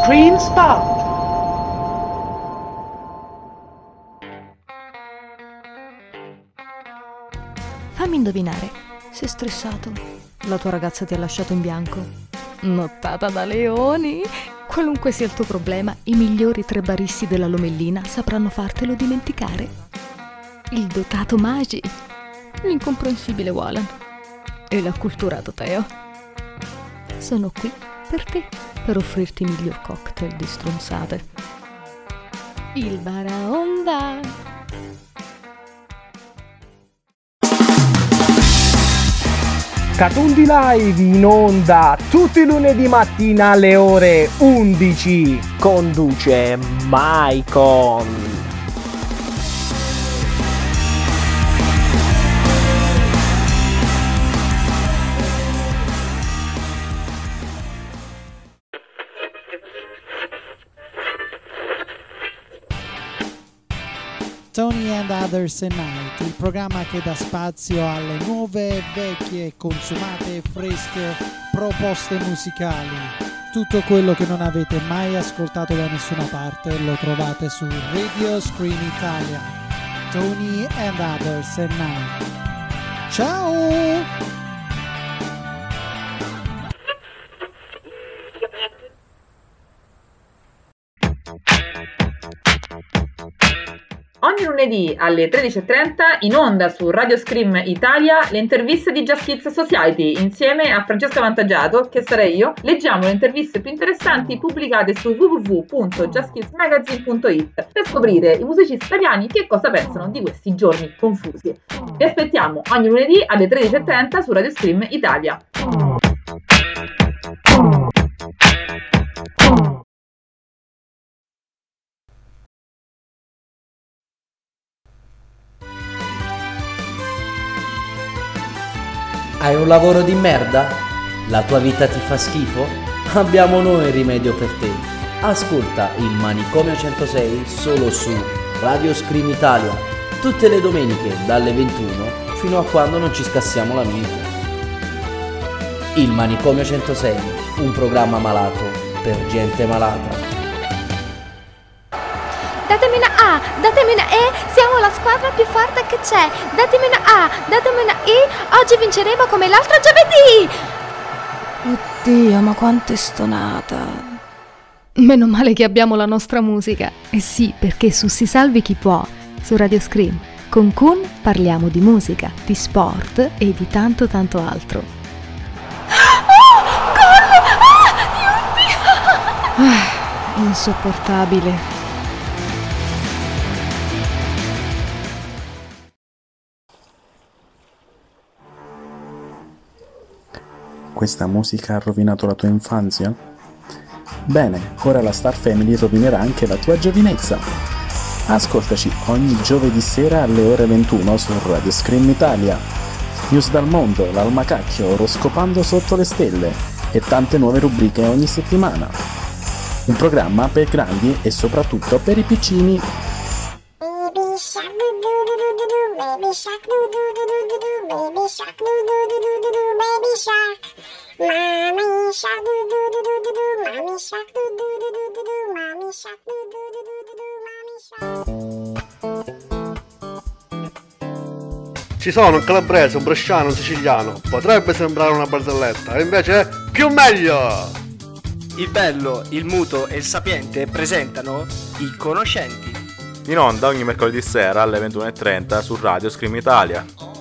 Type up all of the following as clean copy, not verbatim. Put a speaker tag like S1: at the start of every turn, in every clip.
S1: Screen Spot.
S2: Fammi indovinare, sei stressato? La tua ragazza ti ha lasciato in bianco? Nottata da leoni? Qualunque sia il tuo problema, i migliori 3 baristi della Lomellina sapranno fartelo dimenticare. Il dotato Magi, l'incomprensibile Walan e l'acculturato Teo sono qui per te, per offrirti i miglior cocktail di stronzate. Il Baraonda.
S1: Catundi Live in onda tutti i lunedì mattina alle ore 11. Conduce Maicon.
S3: Tony and Others at Night, il programma che dà spazio alle nuove, vecchie, consumate e fresche proposte musicali. Tutto quello che non avete mai ascoltato da nessuna parte lo trovate su Radio Screen Italia. Tony and Others at Night. Ciao!
S4: Ogni lunedì alle 13.30 in onda su Radio Scream Italia le interviste di Just Kids Society insieme a Francesca Vantaggiato, che sarei io. Leggiamo le interviste più interessanti pubblicate su www.justkidsmagazine.it per scoprire i musicisti italiani che cosa pensano di questi giorni confusi. Vi aspettiamo ogni lunedì alle 13.30 su Radio Scream Italia.
S5: Hai un lavoro di merda? La tua vita ti fa schifo? Abbiamo noi il rimedio per te. Ascolta il Manicomio 106 solo su Radio Scream Italia, tutte le domeniche dalle 21 fino a quando non ci scassiamo la mente. Il Manicomio 106, un programma malato per gente malata.
S6: Datemi una A, datemi una E, siamo la squadra più forte che c'è. Datemi una A, datemi una I, oggi vinceremo come l'altro giovedì.
S2: Oddio, ma quanto è stonata. Meno male che abbiamo la nostra musica. Eh sì, perché su Si Salvi Chi Può, su Radio Scream, con Kun parliamo di musica, di sport e di tanto tanto altro.
S6: Oh, Kun! Aiuti!
S2: Insopportabile.
S7: Questa musica ha rovinato la tua infanzia? Bene, ora la Star Family rovinerà anche la tua giovinezza. Ascoltaci ogni giovedì sera alle ore 21 su Radio Scream Italia. News dal mondo, l'almacacchio, oroscopando sotto le stelle e tante nuove rubriche ogni settimana. Un programma per grandi e soprattutto per i piccini.
S8: Baby shark doo doo doo doo doo, baby shark doo doo doo doo doo, baby shark doo doo doo doo doo, baby shark. Mommy shark doo doo doo doo doo, mommy shark doo doo doo doo doo, mommy shark doo doo doo doo doo, mommy shark.
S9: Ci sono un calabrese, un bresciano, un siciliano. Potrebbe sembrare una barzelletta, e invece è più meglio!
S10: Il bello, il muto e il sapiente presentano I Conoscenti.
S11: In onda ogni mercoledì sera alle 21.30 su Radio Scream Italia.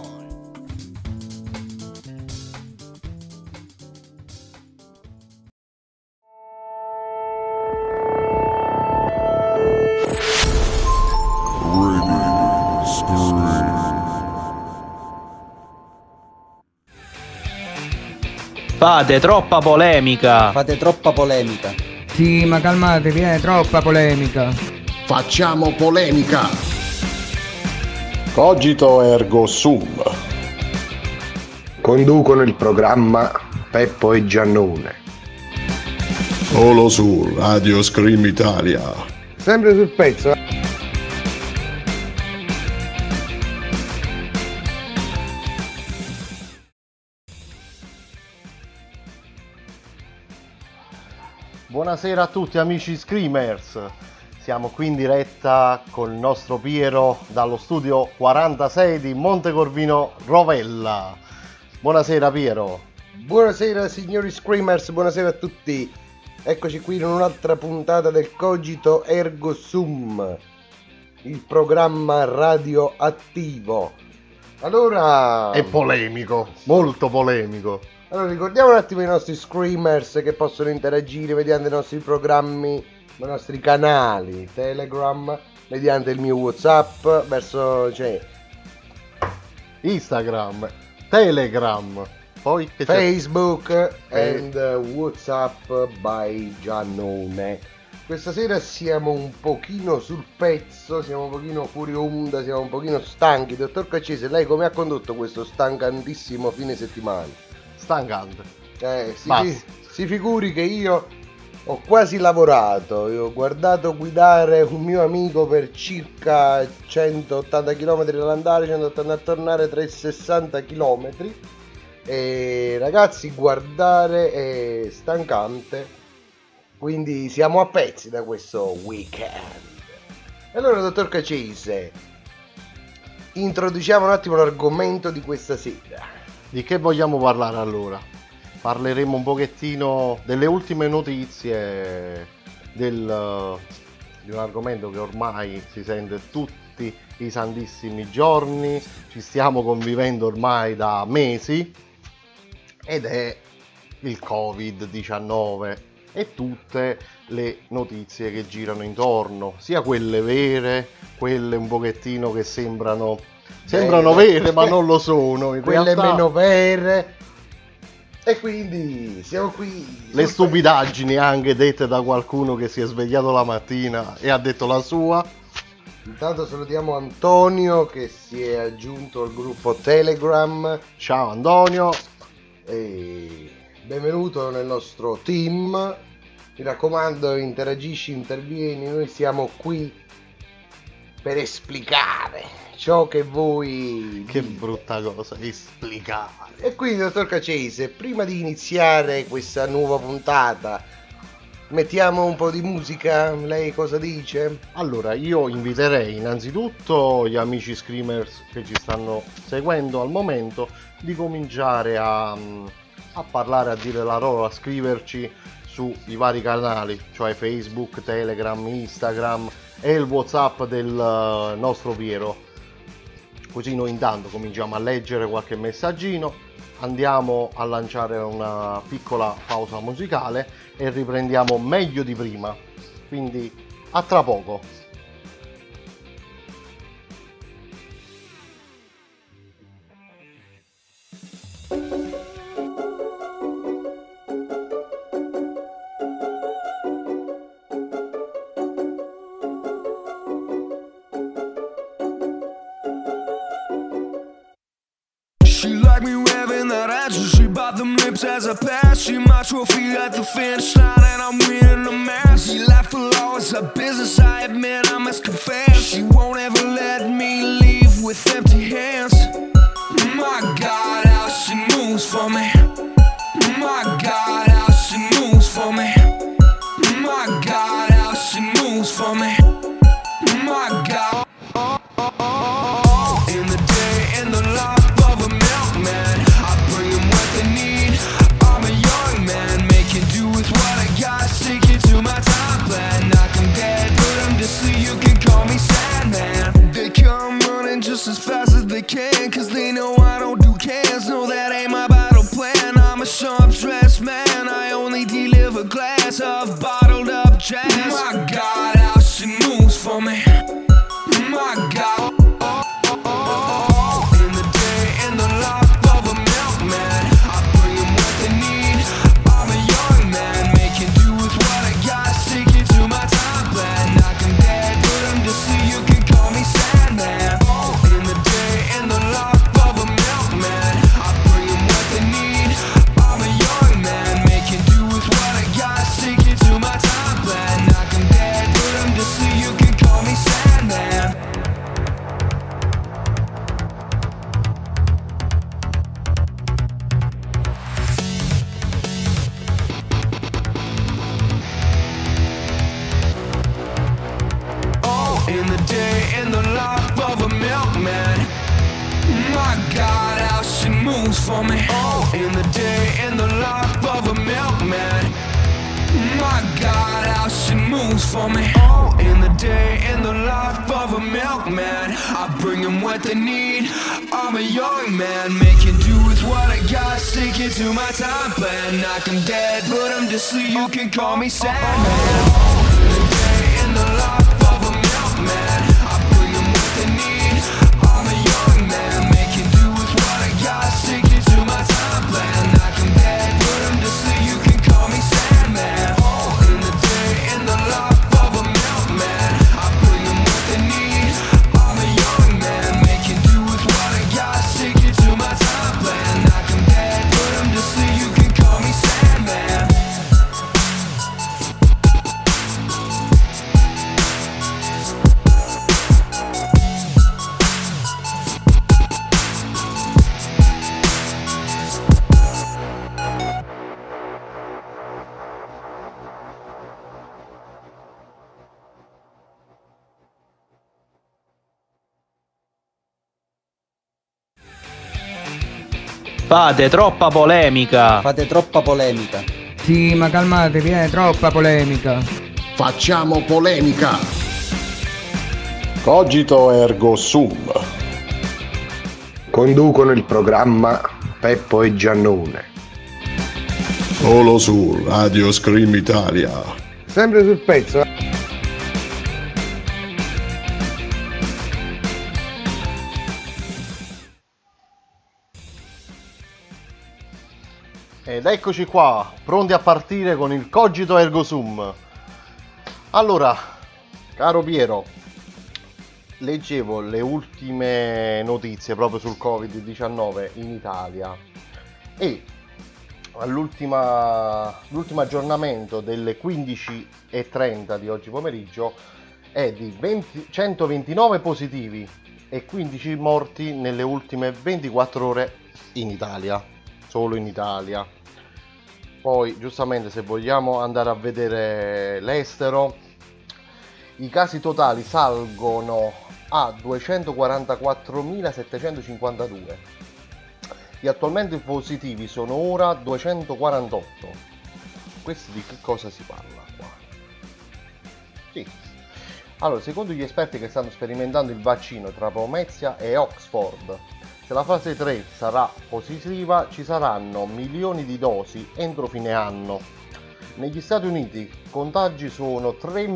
S12: Fate troppa polemica.
S13: Fate troppa polemica.
S14: Sì, ma calmatevi, troppa polemica.
S15: Facciamo polemica. Cogito ergo sum.
S16: Conducono il programma Peppo e Giannone.
S15: Solo su Radio Scream Italia.
S16: Sempre sul pezzo.
S9: Buonasera a tutti amici Screamers, siamo qui in diretta col nostro Piero dallo studio 46 di Montecorvino Rovella. Buonasera Piero.
S16: Buonasera signori Screamers, buonasera a tutti. Eccoci qui in un'altra puntata del Cogito Ergo Sum, il programma radioattivo. Allora...
S9: È polemico, molto polemico.
S16: Allora ricordiamo un attimo i nostri Screamers che possono interagire mediante i nostri programmi, i nostri canali Telegram, mediante il mio WhatsApp, verso
S9: Instagram, Telegram, poi che
S16: Facebook and WhatsApp by Giannone. Questa sera siamo un pochino sul pezzo, siamo un pochino fuori onda, siamo un pochino stanchi. Dottor Caccese, lei come ha condotto questo stancantissimo fine settimana?
S9: Stancante.
S16: Si figuri che io ho quasi lavorato, io ho guardato guidare un mio amico per circa 180 km all'andare, 180 a tornare, 360 km e ragazzi guardare è stancante, quindi siamo a pezzi da questo weekend. Allora dottor Caccese, introduciamo un attimo l'argomento di questa sera.
S9: Di che vogliamo parlare allora? Parleremo un pochettino delle ultime notizie di un argomento che ormai si sente tutti i santissimi giorni, ci stiamo convivendo ormai da mesi, ed è il Covid-19 e tutte le notizie che girano intorno, sia quelle vere, quelle un pochettino che sembrano vere ma non lo sono in
S16: quelle
S9: realtà,
S16: meno vere, e quindi siamo qui.
S9: Le stupidaggini anche dette da qualcuno che si è svegliato la mattina e ha detto la sua.
S16: Intanto salutiamo Antonio che si è aggiunto al gruppo Telegram.
S9: Ciao Antonio
S16: e benvenuto nel nostro team. Mi raccomando, interagisci, intervieni, noi siamo qui per esplicare ciò che voi...
S9: Che brutta cosa, esplicare.
S16: E quindi dottor Caccese, prima di iniziare questa nuova puntata, mettiamo un po' di musica, lei cosa dice?
S9: Allora, io inviterei innanzitutto gli amici Screamers che ci stanno seguendo al momento di cominciare a parlare, a dire la loro, a scriverci sui vari canali, cioè Facebook, Telegram, Instagram e il WhatsApp del nostro Piero. Così noi intanto cominciamo a leggere qualche messaggino, andiamo a lanciare una piccola pausa musicale e riprendiamo meglio di prima. Quindi a tra poco.
S13: As I pass, she my trophy at the finish line, and I'm winning the match. She life will always a business, I admit, I must confess. She won't ever let me leave with empty hands. My God, how she moves for me. My God, how she moves for me. My God, how she moves for me. My God. In the day, in the life of a milkman, I bring them what they need. I'm a young man, making do with what I got. Sticking to my time plan. Knock them dead, put them to sleep. You can call me Sandman. They come running just as fast as they can, cause they know I don't do cans. No, that ain't my battle plan. I'm a sharp dressed man. I only deliver glass of bottled up jazz. My God, how she moves for me. My God. In the day, in the life of a milkman, I bring them what they need. I'm a young man, making do with what I got. Sticking to my time plan. Knock them dead, put them to sleep. You can call me Sandman. In the day, in the life of a milkman, I bring them what they need. I'm a young man, making do with what I got. Sticking to my time plan. Knock them dead. man. My God, how she moves for me. Oh, in the day, in the life of a milkman. My God, how she moves for me. Oh, in the day, in the life of a milkman. I bring them what they need. I'm a young man, making do with what I got. Sticking to my time plan. Knock 'em dead, put 'em to sleep. You can call me Sandman. Oh, in the day, in the life of a milkman. I bring them what they need. I'm a young man, making do with what I got. Sticking to my time plan. Knock 'em dead, put 'em to sleep. You can call me Sandman.
S12: Fate troppa polemica.
S5: Fate troppa polemica.
S14: Sì, ma calmatevi, troppa polemica.
S15: Facciamo polemica. Cogito ergo sum.
S16: Conducono il programma Peppo e Giannone.
S15: Solo su Radio Scream Italia.
S16: Sempre sul pezzo.
S9: Ed eccoci qua, pronti a partire con il Cogito Ergo Sum. Allora, caro Piero, leggevo le ultime notizie proprio sul Covid-19 in Italia e l'ultimo aggiornamento delle 15:30 di oggi pomeriggio è di 129 positivi e 15 morti nelle ultime 24 ore in Italia, solo in Italia. Poi giustamente, se vogliamo andare a vedere l'estero, i casi totali salgono a 244.752. Gli attualmente positivi sono ora 248. Questi di che cosa si parla qua? Sì. Allora, secondo gli esperti che stanno sperimentando il vaccino tra Pomezia e Oxford, se la fase 3 sarà positiva, ci saranno milioni di dosi entro fine anno. Negli Stati Uniti i contagi sono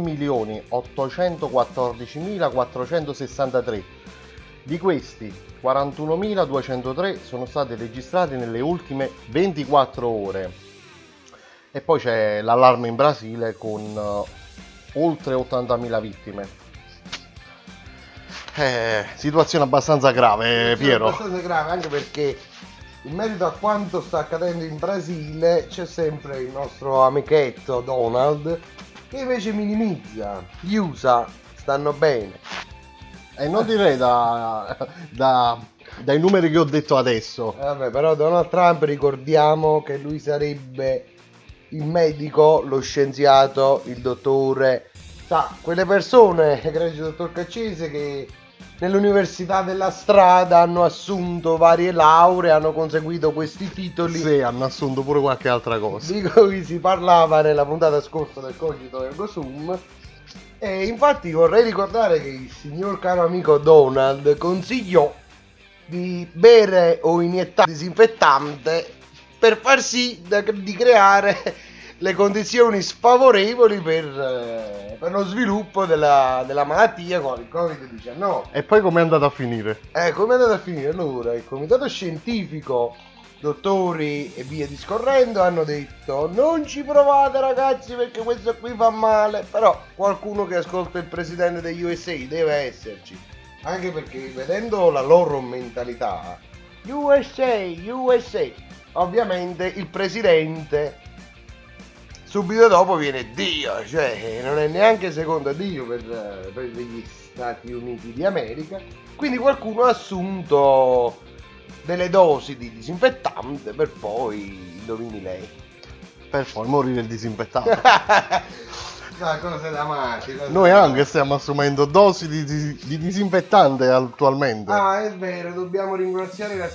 S9: 3.814.463. Di questi 41.203 sono stati registrati nelle ultime 24 ore. E poi c'è l'allarme in Brasile con oltre 80.000 vittime. Situazione abbastanza grave, Piero.
S16: Abbastanza grave, anche perché in merito a quanto sta accadendo in Brasile c'è sempre il nostro amichetto Donald che invece minimizza. Gli USA stanno bene.
S9: E non direi dai numeri che ho detto adesso.
S16: Vabbè, però Donald Trump, ricordiamo che lui sarebbe il medico, lo scienziato, il dottore, quelle persone, egregio dottor Caccese, che nell'università della strada hanno assunto varie lauree, hanno conseguito questi titoli.
S9: Sì, hanno assunto pure qualche altra cosa.
S16: Di cui si parlava nella puntata scorsa del Cogito Ergo Sum. E infatti vorrei ricordare che il signor caro amico Donald consigliò di bere o iniettare disinfettante per far sì di creare le condizioni sfavorevoli per lo sviluppo della malattia con il Covid-19.
S9: E poi com'è andato a finire?
S16: Come è andato a finire? Allora, il comitato scientifico, dottori e via discorrendo, hanno detto: non ci provate ragazzi perché questo qui fa male. Però qualcuno che ascolta il presidente degli USA deve esserci, anche perché vedendo la loro mentalità, USA, ovviamente il presidente subito dopo viene Dio, cioè non è neanche secondo Dio per gli Stati Uniti di America. Quindi qualcuno ha assunto delle dosi di disinfettante per poi, indovini lei,
S9: per poi morire il disinfettante.
S16: Questa cosa da matti.
S9: Noi anche stiamo assumendo dosi di disinfettante attualmente.
S16: Ah, è vero, dobbiamo ringraziare la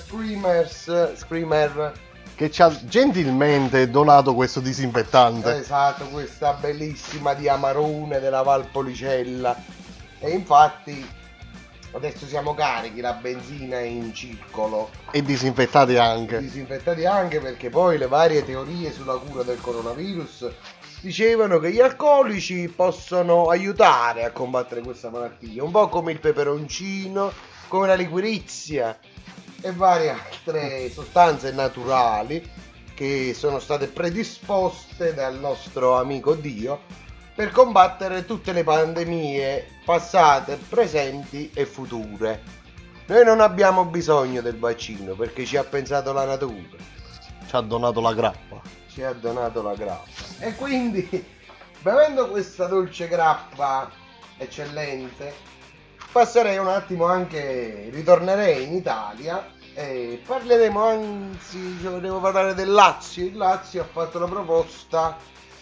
S16: Screamer
S9: che ci ha gentilmente donato questo disinfettante.
S16: Esatto, questa bellissima di Amarone della Valpolicella. E infatti adesso siamo carichi, la benzina è in circolo.
S9: E disinfettati anche.
S16: Disinfettati anche perché poi le varie teorie sulla cura del coronavirus dicevano che gli alcolici possono aiutare a combattere questa malattia, un po' come il peperoncino, come la liquirizia e varie altre sostanze naturali che sono state predisposte dal nostro amico Dio per combattere tutte le pandemie passate, presenti e future. Noi non abbiamo bisogno del vaccino perché ci ha pensato la natura.
S9: Ci ha donato la grappa.
S16: Ci ha donato la grappa. E quindi, bevendo questa dolce grappa eccellente, passerei un attimo anche, ritornerei in Italia e parleremo, anzi, devo parlare del Lazio. Il Lazio ha fatto la proposta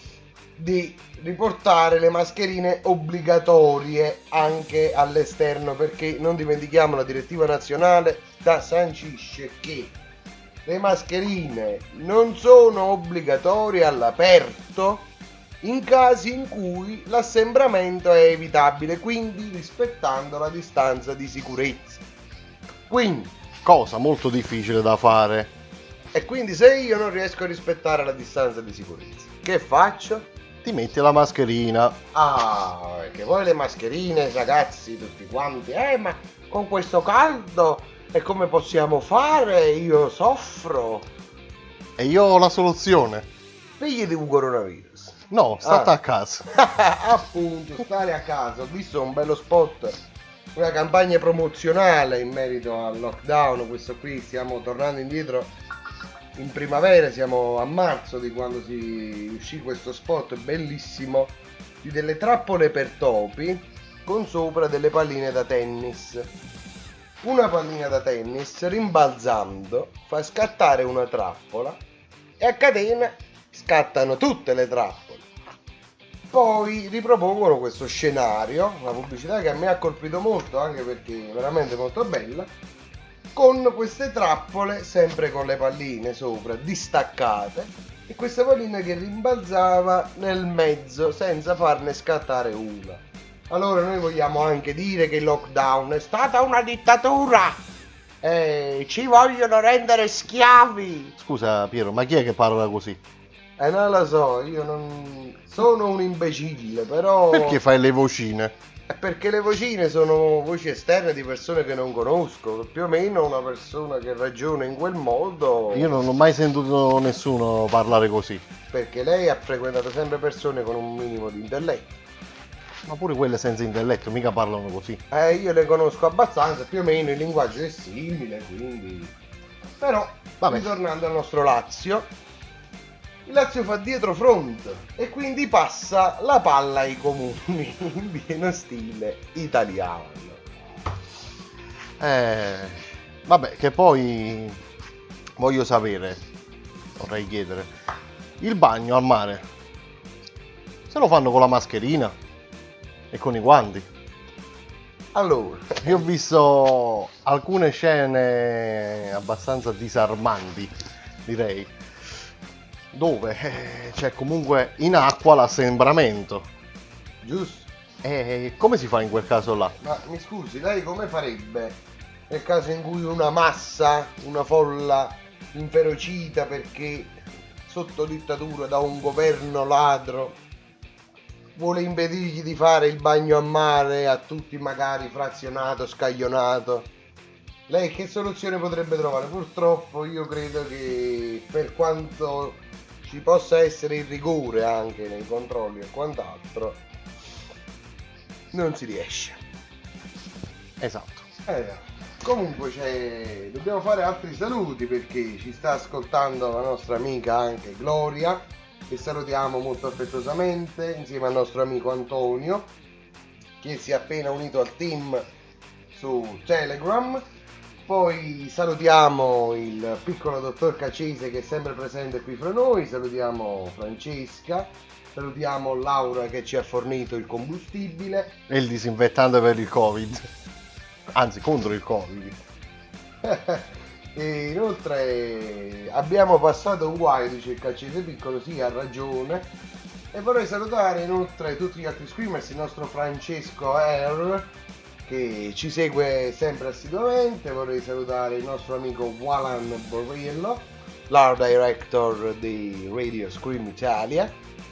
S16: di riportare le mascherine obbligatorie anche all'esterno, perché non dimentichiamo, la direttiva nazionale sancisce che le mascherine non sono obbligatorie all'aperto in casi in cui l'assembramento è evitabile, quindi rispettando la distanza di sicurezza. Quindi,
S9: cosa molto difficile da fare.
S16: E quindi se io non riesco a rispettare la distanza di sicurezza, che faccio?
S9: Ti metti la mascherina.
S16: Ah, perché poi le mascherine, ragazzi, tutti quanti, ma con questo caldo, e come possiamo fare? Io soffro.
S9: E io ho la soluzione.
S16: Figli di un coronavirus.
S9: No, state a casa.
S16: Appunto, stare a casa. Ho visto un bello spot, una campagna promozionale in merito al lockdown. Questo qui, stiamo tornando indietro in primavera, siamo a marzo di quando si uscì questo spot bellissimo di delle trappole per topi con sopra delle palline da tennis. Una pallina da tennis, rimbalzando, fa scattare una trappola e a catena scattano tutte le trappole. Poi ripropongono questo scenario, una pubblicità che a me ha colpito molto, anche perché è veramente molto bella, con queste trappole sempre con le palline sopra distaccate e questa pallina che rimbalzava nel mezzo senza farne scattare una. Allora noi vogliamo anche dire che il lockdown è stata una dittatura e ci vogliono rendere schiavi.
S9: Scusa Piero, ma chi è che parla così?
S16: Non lo so, io non sono un imbecille, però...
S9: Perché fai le vocine?
S16: Perché le vocine sono voci esterne di persone che non conosco. Più o meno una persona che ragiona in quel modo.
S9: Io non ho mai sentito nessuno parlare così.
S16: Perché lei ha frequentato sempre persone con un minimo di intelletto.
S9: Ma pure quelle senza intelletto mica parlano così.
S16: Io le conosco abbastanza, più o meno il linguaggio è simile, quindi... Però, ritornando al nostro Lazio, il Lazio fa dietro front e quindi passa la palla ai comuni in pieno stile italiano.
S9: Vabbè, che poi voglio sapere, vorrei chiedere, il bagno al mare se lo fanno con la mascherina e con i guanti?
S16: Allora,
S9: io ho visto alcune scene abbastanza disarmanti, direi, dove c'è comunque in acqua l'assembramento.
S16: Giusto.
S9: E come si fa in quel caso là?
S16: Ma mi scusi, lei come farebbe nel caso in cui una massa, una folla inferocita perché sotto dittatura da un governo ladro vuole impedirgli di fare il bagno a mare a tutti, magari frazionato, scaglionato? Lei che soluzione potrebbe trovare? Purtroppo io credo che, per quanto ci possa essere il rigore anche nei controlli e quant'altro, non si riesce.
S9: Esatto.
S16: Comunque dobbiamo fare altri saluti perché ci sta ascoltando la nostra amica anche Gloria, che salutiamo molto affettuosamente, insieme al nostro amico Antonio, che si è appena unito al team su Telegram. Poi salutiamo il piccolo dottor Cacese che è sempre presente qui fra noi, salutiamo Francesca, salutiamo Laura che ci ha fornito il combustibile
S9: E il disinfettante per il Covid. Anzi, contro il Covid.
S16: e inoltre abbiamo passato un guaio, dice il Cacese piccolo, sì, ha ragione. E vorrei salutare inoltre tutti gli altri screamers, il nostro Francesco R che ci segue sempre assiduamente. Vorrei salutare il nostro amico Walan Borrillo, l'art director di Radio Scream Italia.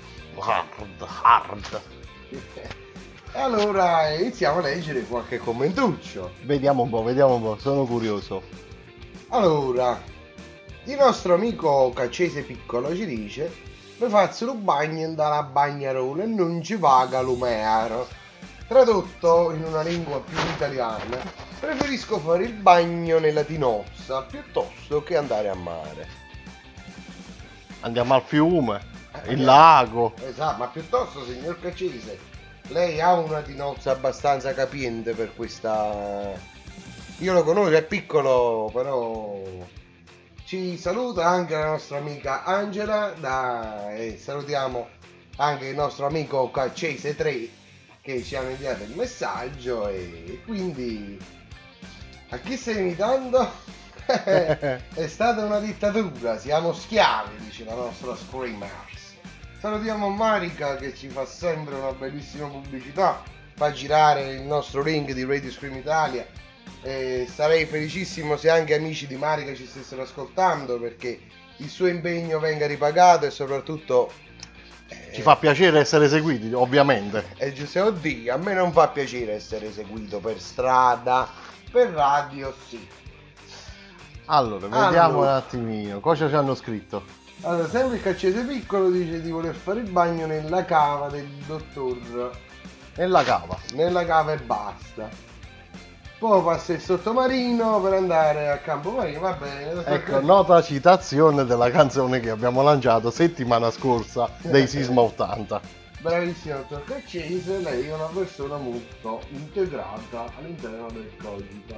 S9: Hard.
S16: E allora iniziamo a leggere qualche commentuccio.
S9: Vediamo un po', sono curioso.
S16: Allora, il nostro amico Caccese piccolo ci dice: mi faccio il bagno dalla bagnarola e non ci paga l'umero. Tradotto in una lingua più italiana, preferisco fare il bagno nella tinozza piuttosto che andare a mare.
S9: Andiamo al fiume, il lago.
S16: Esatto, ma piuttosto, signor Caccese, lei ha una tinozza abbastanza capiente per questa... Io lo conosco, è piccolo, però... Ci saluta anche la nostra amica Angela e salutiamo anche il nostro amico Caccese 3 che ci hanno inviato il messaggio. E quindi a chi stai imitando? È stata una dittatura, siamo schiavi, dice la nostra Screamers. Salutiamo Marica che ci fa sempre una bellissima pubblicità, fa girare il nostro link di Radio Scream Italia. Sarei felicissimo se anche amici di Marica ci stessero ascoltando, perché il suo impegno venga ripagato e soprattutto
S9: ci fa piacere essere seguiti, ovviamente.
S16: E giusto, oddio, a me non fa piacere essere seguito per strada, per radio sì.
S9: Allora, vediamo un attimino cosa ci hanno scritto.
S16: Allora, sempre il Caccese piccolo dice di voler fare il bagno nella cava del dottor.
S9: Nella cava
S16: e basta. Poi passa il sottomarino per andare a Campomarino, va bene.
S9: Ecco, nota citazione della canzone che abbiamo lanciato settimana scorsa dei Sisma 80.
S16: Bravissimo dottor Caccese, lei è una persona molto integrata all'interno del cogito.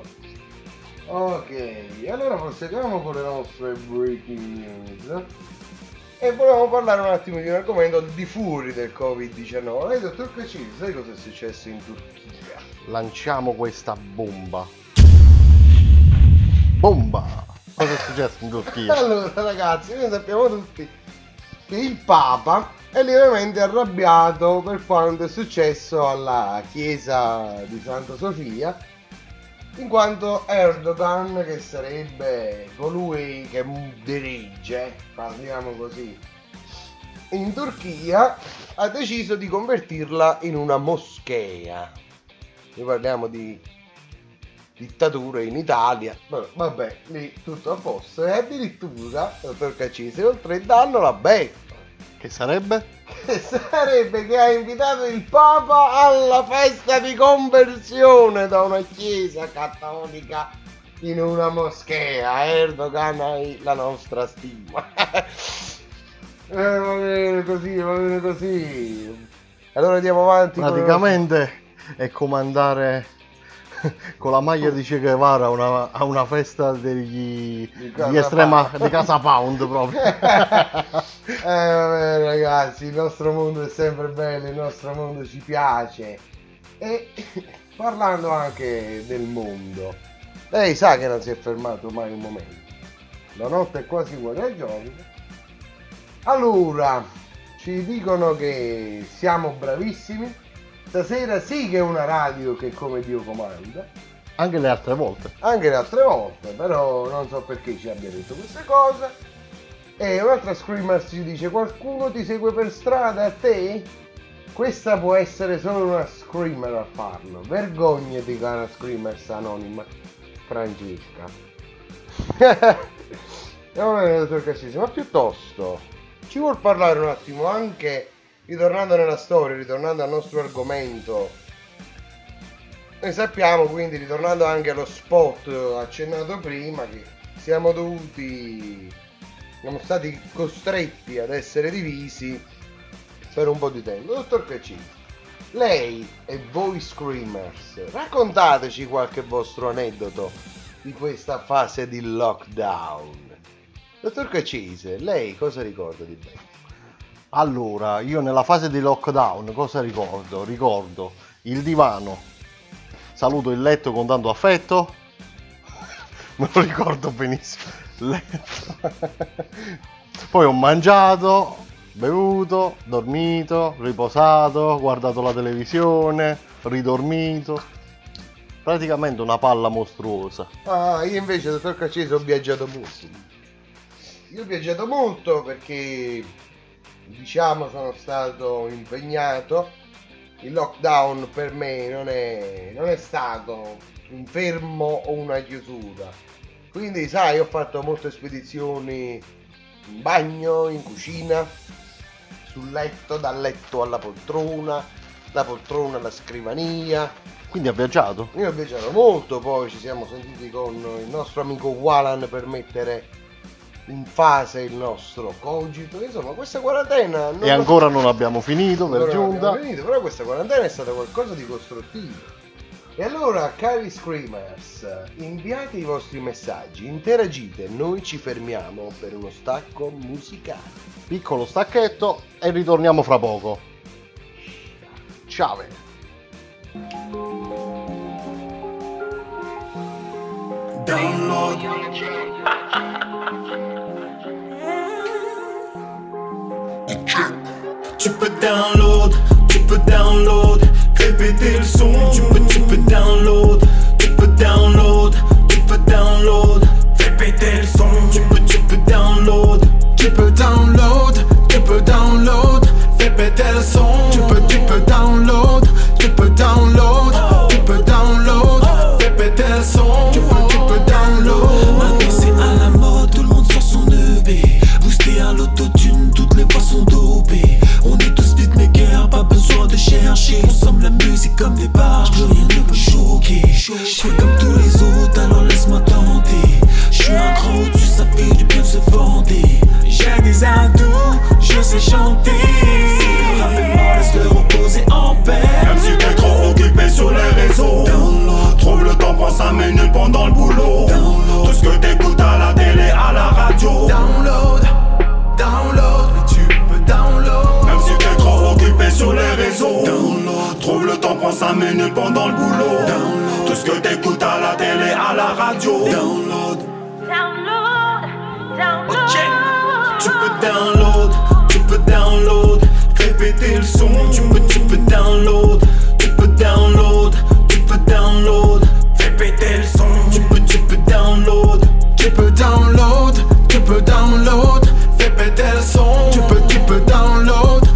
S16: Ok, allora proseguiamo con le nostre breaking news. E volevamo parlare un attimo di un argomento al di fuori del Covid-19. Dottor Caccese, sai cosa è successo in Turchia?
S9: Lanciamo questa bomba. Cosa è successo in Turchia?
S16: Allora ragazzi, noi sappiamo tutti che il Papa è lievemente arrabbiato per quanto è successo alla chiesa di Santa Sofia, in quanto Erdogan, che sarebbe colui che dirige, parliamo così, in Turchia, ha deciso di convertirla in una moschea. Noi parliamo di dittature in Italia, vabbè, lì tutto a posto. E addirittura, dottor Caccese, oltre il danno la beffa.
S9: Che sarebbe?
S16: Che sarebbe che ha invitato il Papa alla festa di conversione da una chiesa cattolica in una moschea. Erdogan, hai la nostra stima. Va bene così. Allora andiamo avanti.
S9: Praticamente è come andare con la maglia di Che Guevara a una festa di estrema di Casa Pound proprio.
S16: Vabbè, ragazzi, il nostro mondo è sempre bello, il nostro mondo ci piace. E parlando anche del mondo, lei sa che non si è fermato mai un momento, la notte è quasi uguale al giorno. Allora ci dicono che siamo bravissimi. Stasera sì che è una radio che come Dio comanda.
S9: Anche le altre volte,
S16: però non so perché ci abbia detto queste cose. E un'altra Screamer ci dice: qualcuno ti segue per strada a te? Questa può essere solo una Screamer a farlo. Vergognati, cara Screamers anonima Francesca. Andiamo bene, dottor Caccese, ma piuttosto ci vuol parlare un attimo anche, ritornando nella storia, ritornando al nostro argomento. Noi sappiamo, quindi, ritornando anche allo spot accennato prima, che siamo stati costretti ad essere divisi per un po' di tempo. Dottor Caccese, lei e voi Screamers, raccontateci qualche vostro aneddoto di questa fase di lockdown. Dottor Caccese, lei cosa ricorda di me?
S9: Allora, io nella fase di lockdown cosa ricordo? Ricordo il divano, saluto il letto con tanto affetto, me lo ricordo benissimo, letto. Poi ho mangiato, bevuto, dormito, riposato, guardato la televisione, ridormito, praticamente una palla mostruosa.
S16: Ah, io invece, dottor Caccese, ho viaggiato molto. Io ho viaggiato molto perché, diciamo, sono stato impegnato. Il lockdown per me non è stato un fermo o una chiusura. Quindi, sai, ho fatto molte spedizioni in bagno, in cucina, sul letto, dal letto alla poltrona, la poltrona alla scrivania.
S9: Quindi ha viaggiato?
S16: Io ho viaggiato molto, poi ci siamo sentiti con il nostro amico Walan per mettere in fase il nostro cogito. Insomma, questa quarantena
S9: E ancora non abbiamo finito, per giunta.
S16: però questa quarantena è stata qualcosa di costruttivo. E allora, cari Screamers, inviate i vostri messaggi, interagite, noi ci fermiamo per uno stacco musicale.
S9: Piccolo stacchetto e ritorniamo fra poco. Ciao.
S13: Download. Tu peux download, répéter le son. Tu peux download, répéter le son. Tu peux download, répéter le son. Tu peux download, répéter le son. Tu peux download. Maintenant c'est à la mode, tout le monde sort son EP. Boosté à l'autotune, toutes les voix sont dopées. On est tous beatmakers, pas besoin de chercher. On somme la musique comme des barges, plus rien ne peut choquer. J'fais comme tous les autres, alors laisse-moi tenter. J'suis un grand au-dessus, ça fait du bien de se vanter. J'ai des atouts, je sais chanter. Rapidement, laisse-le reposer en paix. Même si t'es trop occupé sur les réseaux, trouve le temps, prends 5 minutes pendant le boulot. Tout ce que t'écoutes à la télé, à la radio. Download, mais tu peux download. Même si t'es trop occupé sur les réseaux, trouve le temps, prends 5 minutes pendant le boulot. Tout ce que t'écoutes à la télé, à la radio. Download. Ok, tu peux download, répéter le son. Tu peux download, répéter le son. Tu peux download, répéter le son. Tu peux download,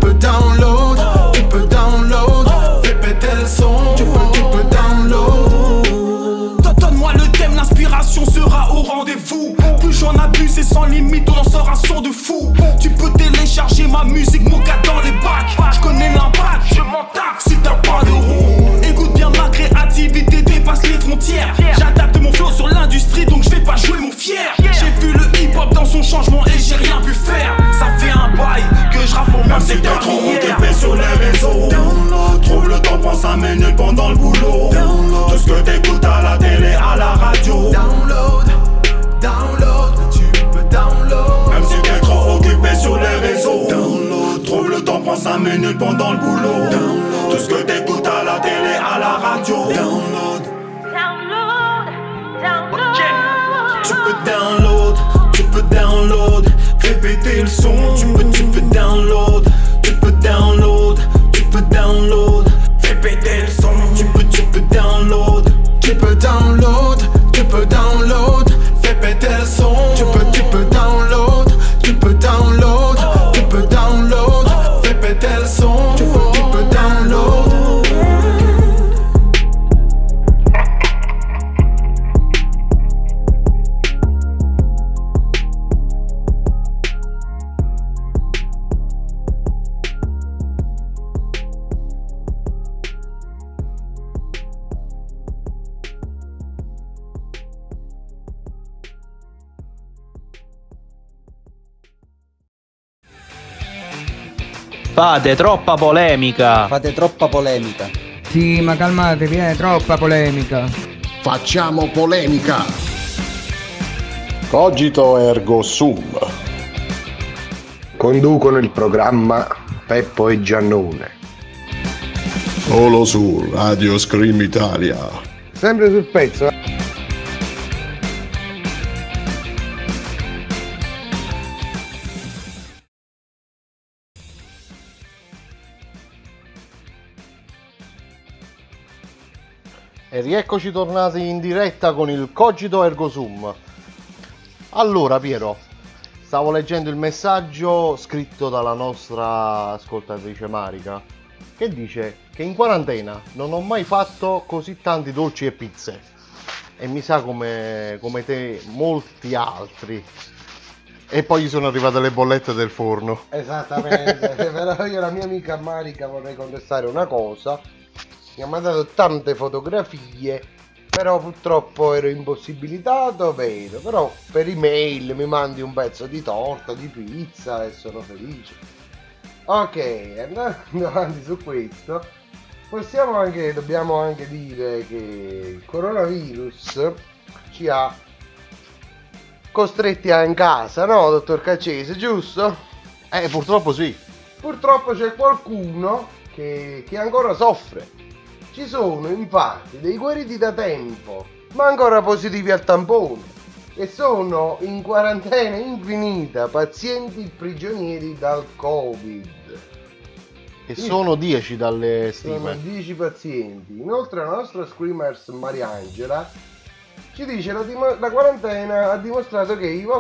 S13: répéter le son. Tu peux download. Donne-moi le thème, l'inspiration sera au rendez-vous. Plus j'en abuse et sans limite, on en sort un son de fou. Tu peux télécharger ma musique, Moka dans les bacs. J'connais l'impact, je m'en tape si t'as pas d'euros. Écoute bien, ma créativité dépasse les frontières. J'adapte mon flow sur l'industrie, donc je vais pas jouer mon fier. J'ai vu le hip-hop dans son changement et j'ai rien pu faire. Ça fait un bail que je rappe pour moi, c'est t'es trop occupé sur les réseaux. Trouve le temps, prends 5 minutes pendant le boulot. Tout ce que t'écoutes à la télé, à la radio. Download, mais tu peux download. Même si t'es trop occupé sur les réseaux, trouve le temps, prends 5 minutes pendant le boulot. Tout ce que t'écoutes à la télé, à la radio. Download. Ok, tu peux download, répéter le son. Tu peux download, répéter le son. Tu peux download, répéter le son. Tu peux download, répéter le son. Tu peux download.
S12: Fate troppa polemica.
S5: Fate troppa polemica.
S14: Sì, ma calmatevi, troppa polemica.
S15: Facciamo polemica. Cogito ergo sum.
S16: Conducono il programma Peppo e Giannone.
S15: Solo su Radio Scream Italia.
S16: Sempre sul pezzo.
S9: E rieccoci tornati in diretta con il Cogito Ergo Sum. Allora Piero, stavo leggendo il messaggio scritto dalla nostra ascoltatrice Marica, che dice che in quarantena non ho mai fatto così tanti dolci e pizze. E mi sa come te molti altri. E poi gli sono arrivate le bollette del forno.
S16: Esattamente. Però io la mia amica Marica vorrei contestare una cosa. Mi ha mandato tante fotografie, però purtroppo ero impossibilitato, vero, però per email mi mandi un pezzo di torta, di pizza e sono felice. Ok, andando avanti su questo, dobbiamo anche dire che il coronavirus ci ha costretti in casa, no, dottor Caccese, giusto?
S9: Purtroppo sì.
S16: Purtroppo c'è qualcuno che ancora soffre. Ci sono infatti dei guariti da tempo, ma ancora positivi al tampone, e sono in quarantena infinita pazienti prigionieri dal Covid.
S9: E sono 10 dalle
S16: Sono
S9: stime.
S16: 10 pazienti. Inoltre la nostra Screamers Mariangela ci dice la quarantena ha dimostrato che i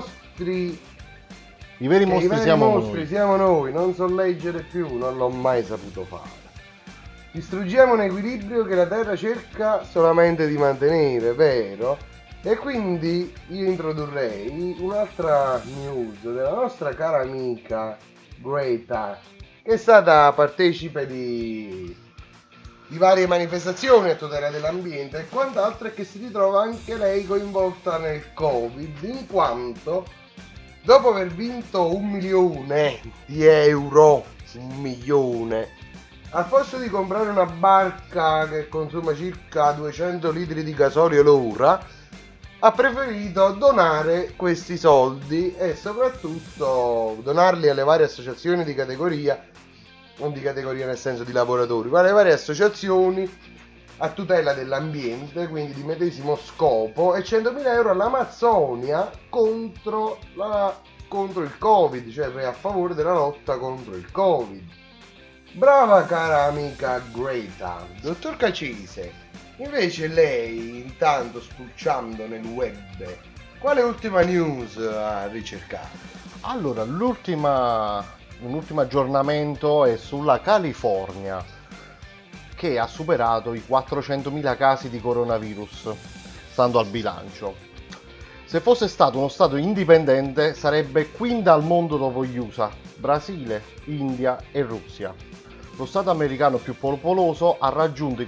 S16: veri mostri siamo noi, non so leggere più, non l'ho mai saputo fare. Distruggiamo un equilibrio che la Terra cerca solamente di mantenere, vero? E quindi io introdurrei un'altra news della nostra cara amica Greta, che è stata partecipe di varie manifestazioni a tutela dell'ambiente e quant'altro, e che si ritrova anche lei coinvolta nel Covid, in quanto dopo aver vinto €1 milione, €1 milione, al posto di comprare una barca che consuma circa 200 litri di gasolio l'ora, ha preferito donare questi soldi e soprattutto donarli alle varie associazioni di categoria, non di categoria nel senso di lavoratori, ma alle varie associazioni a tutela dell'ambiente, quindi di medesimo scopo, e €100.000 all'Amazzonia contro il Covid, cioè a favore della lotta contro il Covid. Brava cara amica Greta. Dottor Caccese, invece lei, intanto spulciando nel web, quale ultima news ha ricercato?
S9: Allora, un ultimo aggiornamento è sulla California, che ha superato i 400.000 casi di coronavirus, stando al bilancio. Se fosse stato uno stato indipendente sarebbe quinta al mondo dopo gli USA, Brasile, India e Russia. Lo stato americano più popoloso ha raggiunto i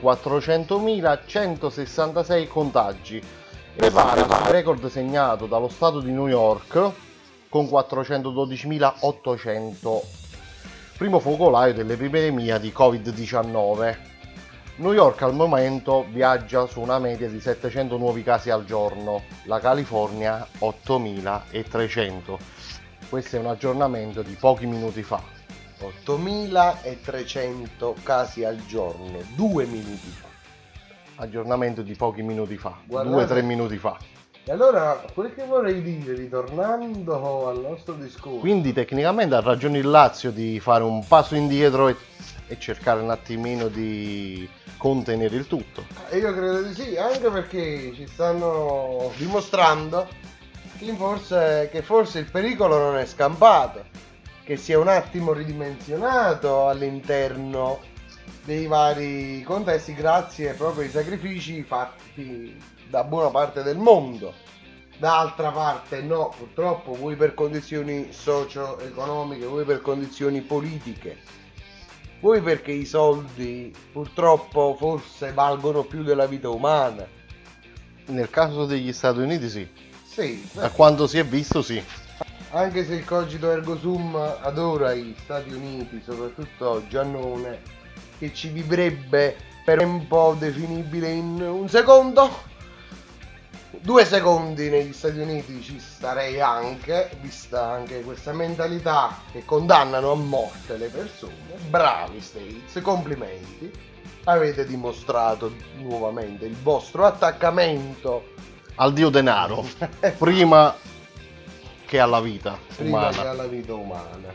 S9: 400.166 contagi e prepara il record segnato dallo stato di New York con 412.800, primo focolaio dell'epidemia di Covid-19. New York al momento viaggia su una media di 700 nuovi casi al giorno, la California 8.300. Questo è un aggiornamento di pochi minuti fa.
S16: 8.300 casi al giorno, 2 minuti fa.
S9: Aggiornamento di pochi minuti fa,
S16: Guardate.
S9: 2-3 minuti fa.
S16: E allora, quel che vorrei dire, ritornando al nostro discorso,
S9: Quindi tecnicamente ha ragione il Lazio di fare un passo indietro e cercare un attimino di contenere il tutto.
S16: io credo di sì, anche perché ci stanno dimostrando che forse il pericolo non è scampato, che si è un attimo ridimensionato all'interno dei vari contesti grazie proprio ai sacrifici fatti da buona parte del mondo. D'altra parte no, purtroppo, voi per condizioni socio-economiche, voi per condizioni politiche, voi perché i soldi purtroppo forse valgono più della vita umana.
S9: Nel caso degli Stati Uniti sì.
S16: Sì,
S9: A quanto si è visto sì.
S16: anche se il Cogito Ergo Sum adora gli Stati Uniti, soprattutto Giannone, che ci vivrebbe per un po' definibile in un secondo, 2 secondi negli Stati Uniti ci starei anche, vista anche questa mentalità che condannano a morte le persone. Bravi States, complimenti, avete dimostrato nuovamente il vostro attaccamento
S9: al dio denaro, prima che alla vita umana.
S16: Che alla vita umana.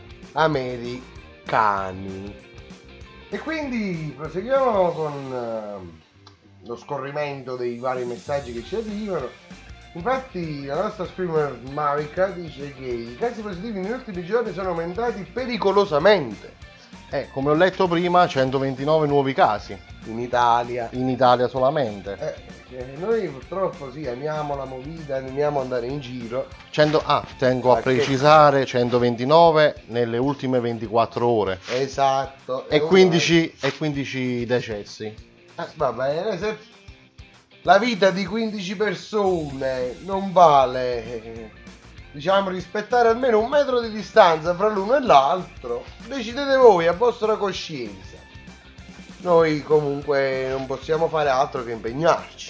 S16: Americani. E quindi proseguiamo con lo scorrimento dei vari messaggi che ci arrivano. Infatti la nostra screamer Marika dice che i casi positivi negli ultimi giorni sono aumentati pericolosamente.
S9: Come ho letto prima, 129 nuovi casi.
S16: In Italia.
S9: In Italia solamente.
S16: Noi purtroppo sì, amiamo la movida, amiamo andare in giro.
S9: Tengo a precisare 129 nelle ultime 24 ore.
S16: Esatto.
S9: E 15 decessi.
S16: Va bene, se la vita di 15 persone non vale, diciamo, rispettare almeno 1 metro di distanza fra l'uno e l'altro, decidete voi a vostra coscienza. Noi comunque non possiamo fare altro che impegnarci,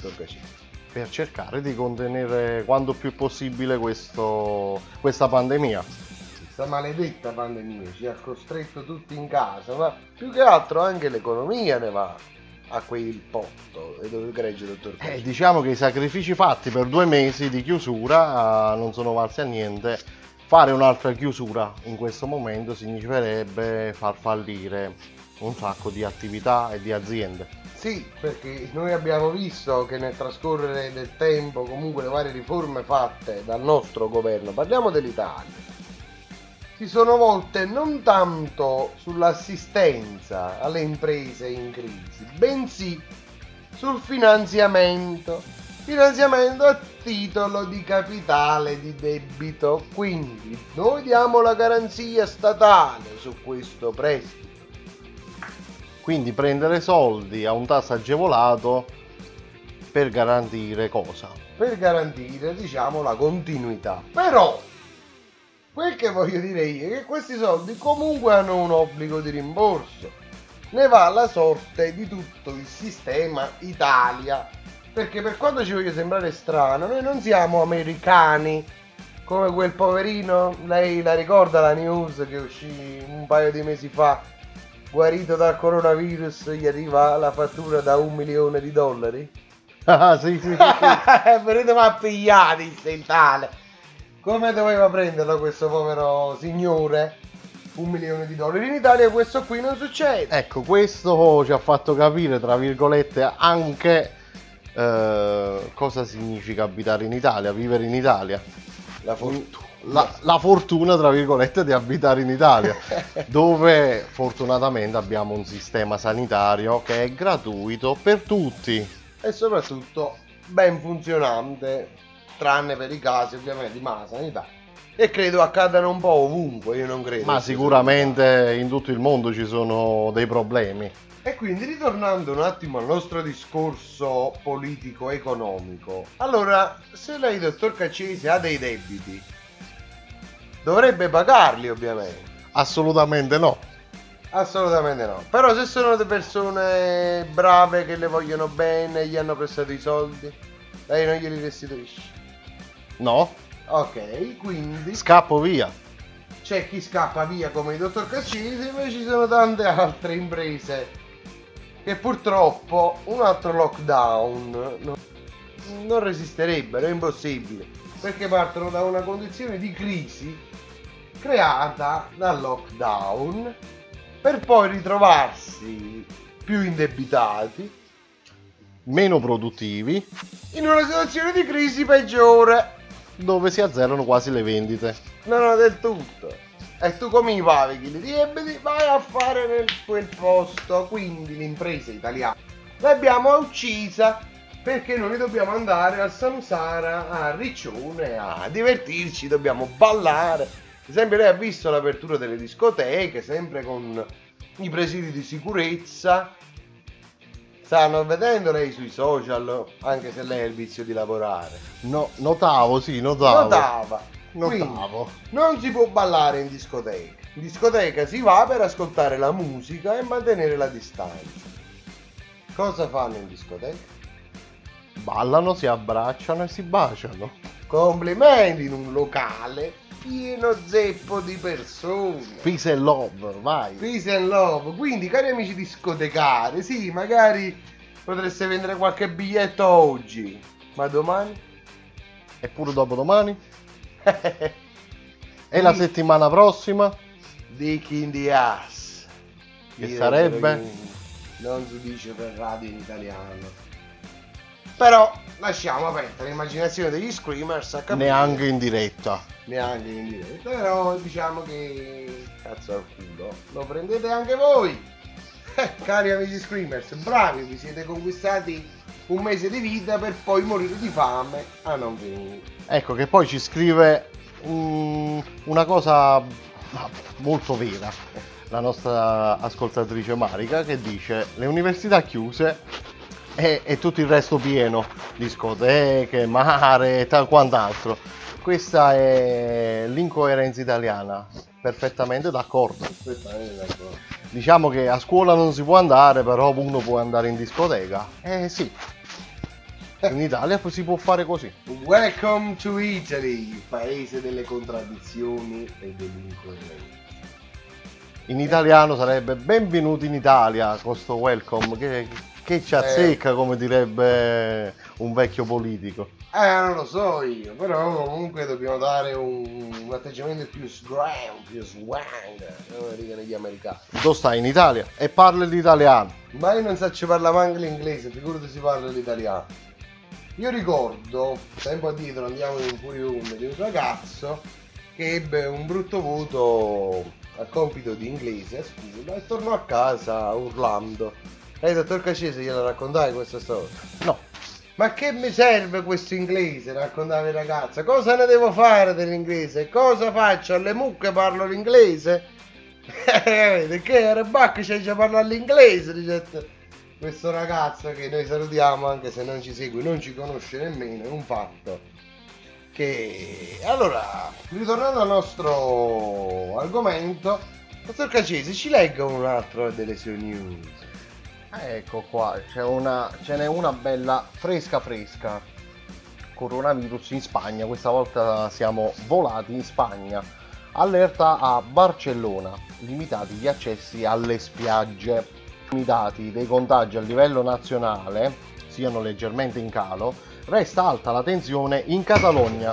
S9: per cercare di contenere quanto più possibile questa pandemia.
S16: Questa maledetta pandemia ci ha costretto tutti in casa, ma più che altro anche l'economia ne va a quel posto. E dove gregge, dottor Cacci?
S9: Diciamo che i sacrifici fatti per 2 mesi di chiusura non sono valsi a niente. Fare un'altra chiusura in questo momento significherebbe far fallire un sacco di attività e di aziende.
S16: Sì, perché noi abbiamo visto che nel trascorrere del tempo comunque le varie riforme fatte dal nostro governo, parliamo dell'Italia, si sono volte non tanto sull'assistenza alle imprese in crisi, bensì sul finanziamento a titolo di capitale di debito. Quindi noi diamo la garanzia statale su questo prestito.
S9: Quindi prendere soldi a un tasso agevolato per garantire cosa?
S16: Per garantire, diciamo, la continuità. Però quel che voglio dire io è che questi soldi comunque hanno un obbligo di rimborso. Ne va la sorte di tutto il sistema Italia. Perché per quanto ci voglia sembrare strano, noi non siamo americani come quel poverino, lei la ricorda la news che uscì un paio di mesi fa, guarito dal coronavirus, gli arriva la fattura da $1 milione?
S9: Ah sì.
S16: Venite ma pigliati il tale. Come doveva prenderlo questo povero signore? $1 milione. In Italia questo qui non succede.
S9: Ecco, questo ci ha fatto capire, tra virgolette, anche cosa significa abitare in Italia, vivere in Italia. La fortuna, tra virgolette, di abitare in Italia, dove fortunatamente abbiamo un sistema sanitario che è gratuito per tutti
S16: e soprattutto ben funzionante, tranne per i casi ovviamente di mala sanità, e credo accadano un po' ovunque. Io non credo,
S9: ma sicuramente in tutto il mondo ci sono dei problemi.
S16: E quindi, ritornando un attimo al nostro discorso politico-economico, allora, se lei, dottor Caccese, ha dei debiti, dovrebbe pagarli, ovviamente.
S9: Assolutamente no.
S16: Assolutamente no. Però se sono delle persone brave che le vogliono bene, gli hanno prestato i soldi, lei non glieli restituisce?
S9: No.
S16: Ok, quindi
S9: scappo via.
S16: C'è chi scappa via come il dottor Caccese, ma ci sono tante altre imprese che purtroppo un altro lockdown non resisterebbero, è impossibile, perché partono da una condizione di crisi creata dal lockdown per poi ritrovarsi più indebitati,
S9: meno produttivi,
S16: in una situazione di crisi peggiore,
S9: dove si azzerano quasi le vendite.
S16: No, del tutto. E tu come i paghi i debiti? Vai a fare nel quel posto. Quindi l'impresa italiana l'abbiamo uccisa, perché noi dobbiamo andare al Samsara, a Riccione, a divertirci, dobbiamo ballare. Ad esempio, lei ha visto l'apertura delle discoteche, sempre con i presidi di sicurezza. Stanno vedendo lei sui social, anche se lei ha il vizio di lavorare.
S9: No, notavo.
S16: Quindi, non si può ballare in discoteca. In discoteca si va per ascoltare la musica e mantenere la distanza. Cosa fanno in discoteca?
S9: ballano, si abbracciano e si baciano.
S16: Complimenti in un locale pieno zeppo di persone.
S9: Peace and love, vai.
S16: Peace and love. Quindi, cari amici discotecari, sì, magari potreste vendere qualche biglietto oggi, ma domani?
S9: E pure dopodomani? E la settimana prossima?
S16: Dick in the ass.
S9: Che sarebbe?
S16: Non si dice per radio in italiano. Però lasciamo aperta l'immaginazione degli screamers a capire.
S9: Neanche in diretta.
S16: Però diciamo che cazzo al culo lo prendete anche voi. Cari amici screamers, bravi, vi siete conquistati un mese di vita per poi morire di fame a non finire.
S9: Ecco che poi ci scrive una cosa molto vera la nostra ascoltatrice Marica, che dice: le università chiuse e tutto il resto pieno, discoteche, mare e tal quant'altro. Questa è l'incoerenza italiana. Perfettamente d'accordo. Diciamo che a scuola non si può andare, però uno può andare in discoteca. Sì, in Italia si può fare così.
S16: Welcome to Italy, il paese delle contraddizioni e dell'incoerenza.
S9: In italiano sarebbe benvenuti in Italia, questo welcome che ci azzecca, come direbbe un vecchio politico.
S16: Non lo so io, però comunque dobbiamo dare un atteggiamento più swang, come dicono gli americani.
S9: Tu stai in Italia e parli l'italiano.
S16: Ma io non so ci parla manco l'inglese, figurati si parla l'italiano. Io ricordo, tempo addietro andiamo in fuori onda di un ragazzo che ebbe un brutto voto al compito di inglese a scuola e tornò a casa urlando. Dottor Cacese, gliela raccontai questa storia?
S9: No.
S16: Ma che mi serve questo inglese? Raccontava il ragazzo. Cosa ne devo fare dell'inglese? Cosa faccio? Alle mucche parlo l'inglese? Che era bacco c'è già parlare l'inglese, dice questo ragazzo che noi salutiamo, anche se non ci segue, non ci conosce nemmeno, è un fatto. Che allora, ritornando al nostro argomento, dottor Cacese, ci legga un altro delle sue news.
S9: Ecco qua, ce n'è una bella fresca. Coronavirus in Spagna, questa volta siamo volati in Spagna. Allerta a Barcellona, limitati gli accessi alle spiagge. I dati dei contagi a livello nazionale siano leggermente in calo, resta alta la tensione in Catalogna,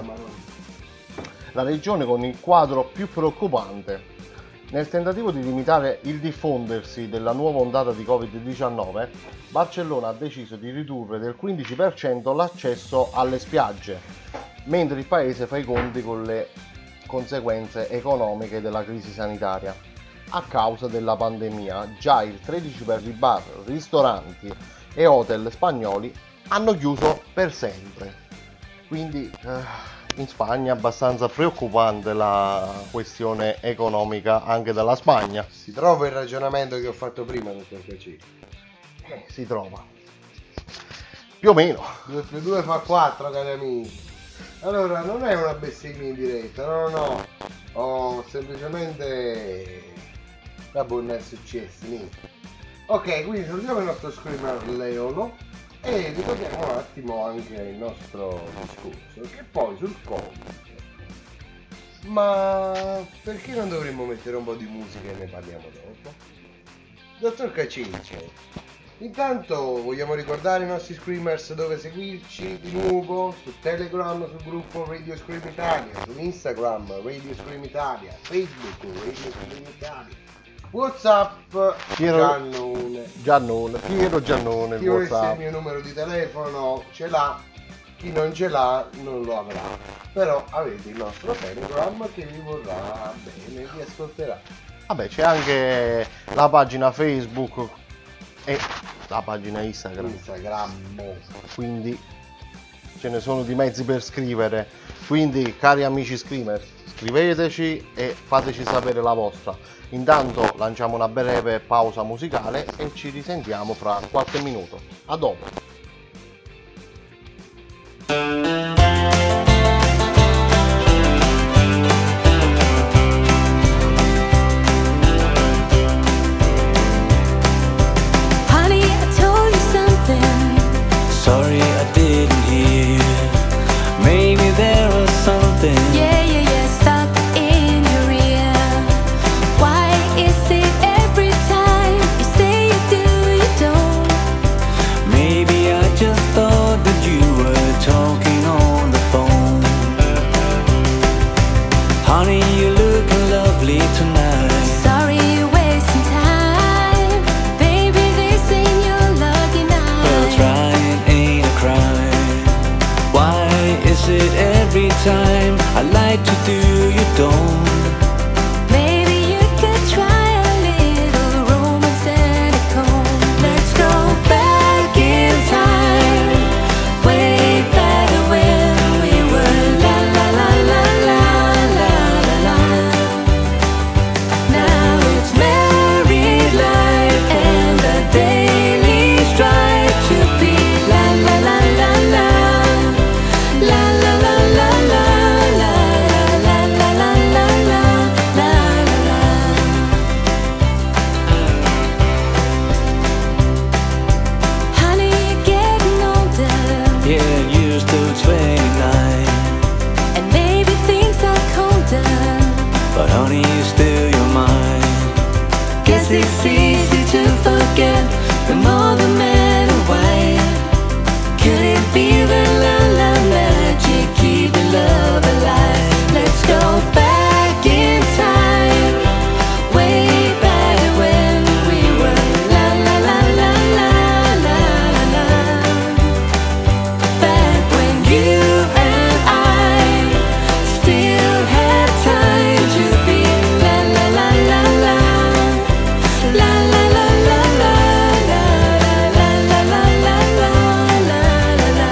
S9: la regione con il quadro più preoccupante. Nel tentativo di limitare il diffondersi della nuova ondata di Covid-19, Barcellona ha deciso di ridurre del 15% l'accesso alle spiagge, mentre il paese fa i conti con le conseguenze economiche della crisi sanitaria. A causa della pandemia, già il 13% per i bar, ristoranti e hotel spagnoli hanno chiuso per sempre. Quindi in Spagna è abbastanza preoccupante la questione economica anche della Spagna.
S16: Si trova il ragionamento che ho fatto prima, dottor Cacese?
S9: Si trova. Più o meno.
S16: 2 più 2 fa 4, cari amici. Allora, non è una bestemmia in diretta, no. Ho semplicemente... Vabbè, non è successo, niente. Ok, quindi salutiamo il nostro screamer Leolo e ricordiamo un attimo anche il nostro discorso, che poi sul Covid. Ma perché non dovremmo mettere un po' di musica e ne parliamo dopo? Dottor Cacece, intanto vogliamo ricordare i nostri screamers dove seguirci di nuovo: su Telegram, sul gruppo Radio Scream Italia, su Instagram Radio Scream Italia, Facebook Radio Scream Italia, WhatsApp
S9: Giannone, Piero Giannone,
S16: chi volesse il mio numero di telefono ce l'ha, chi non ce l'ha non lo avrà, però avete il nostro Telegram che vi vorrà bene, vi ascolterà.
S9: Vabbè, c'è anche la pagina Facebook e la pagina Instagram. Quindi ce ne sono di mezzi per scrivere. Quindi, cari amici screamer, scriveteci e fateci sapere la vostra. Intanto lanciamo una breve pausa musicale e ci risentiamo fra qualche minuto. A dopo.
S13: Honey, I told you something. Sorry, I didn't tonight. Sorry you're wasting time, baby, this ain't your lucky night. Well, trying ain't a crime. Why is it every time I like to do you don't? Maybe you could try a little romance and a comb. Let's go back in time, way back when we were la la la la la la la la. Now it's married life and the daily strive to be la la la la la la la la la la la la la la la la. Honey, you're getting older. Yeah, you're still 29. And maybe things are colder, but honey, you're still your mind. Guess it's easy to forget the more the man away. Could it be the la-la magic keeping love alive? Let's go back in time, way back when we were la la la la la la la la. Back when you and I still had time to be la la la la la la la la la la la la la la la la la la.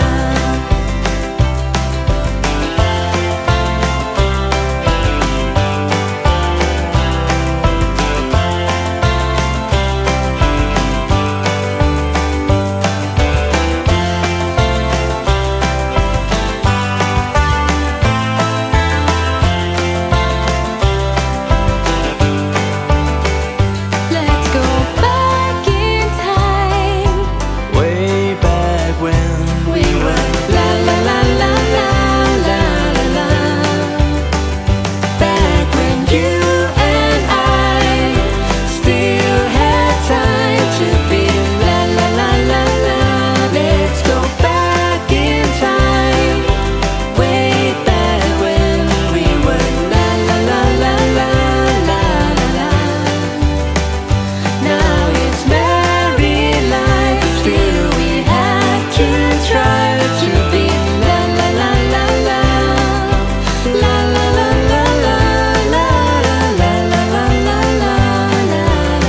S13: Let's go back in time, way back when we were la la la la la la la la. Back when you and I still had time to be la la la la la. Let's go back in time, way back when we were la la la la la la la la. Now it's married life, still we have to try to be la la la la la la la la la la la la la la la la.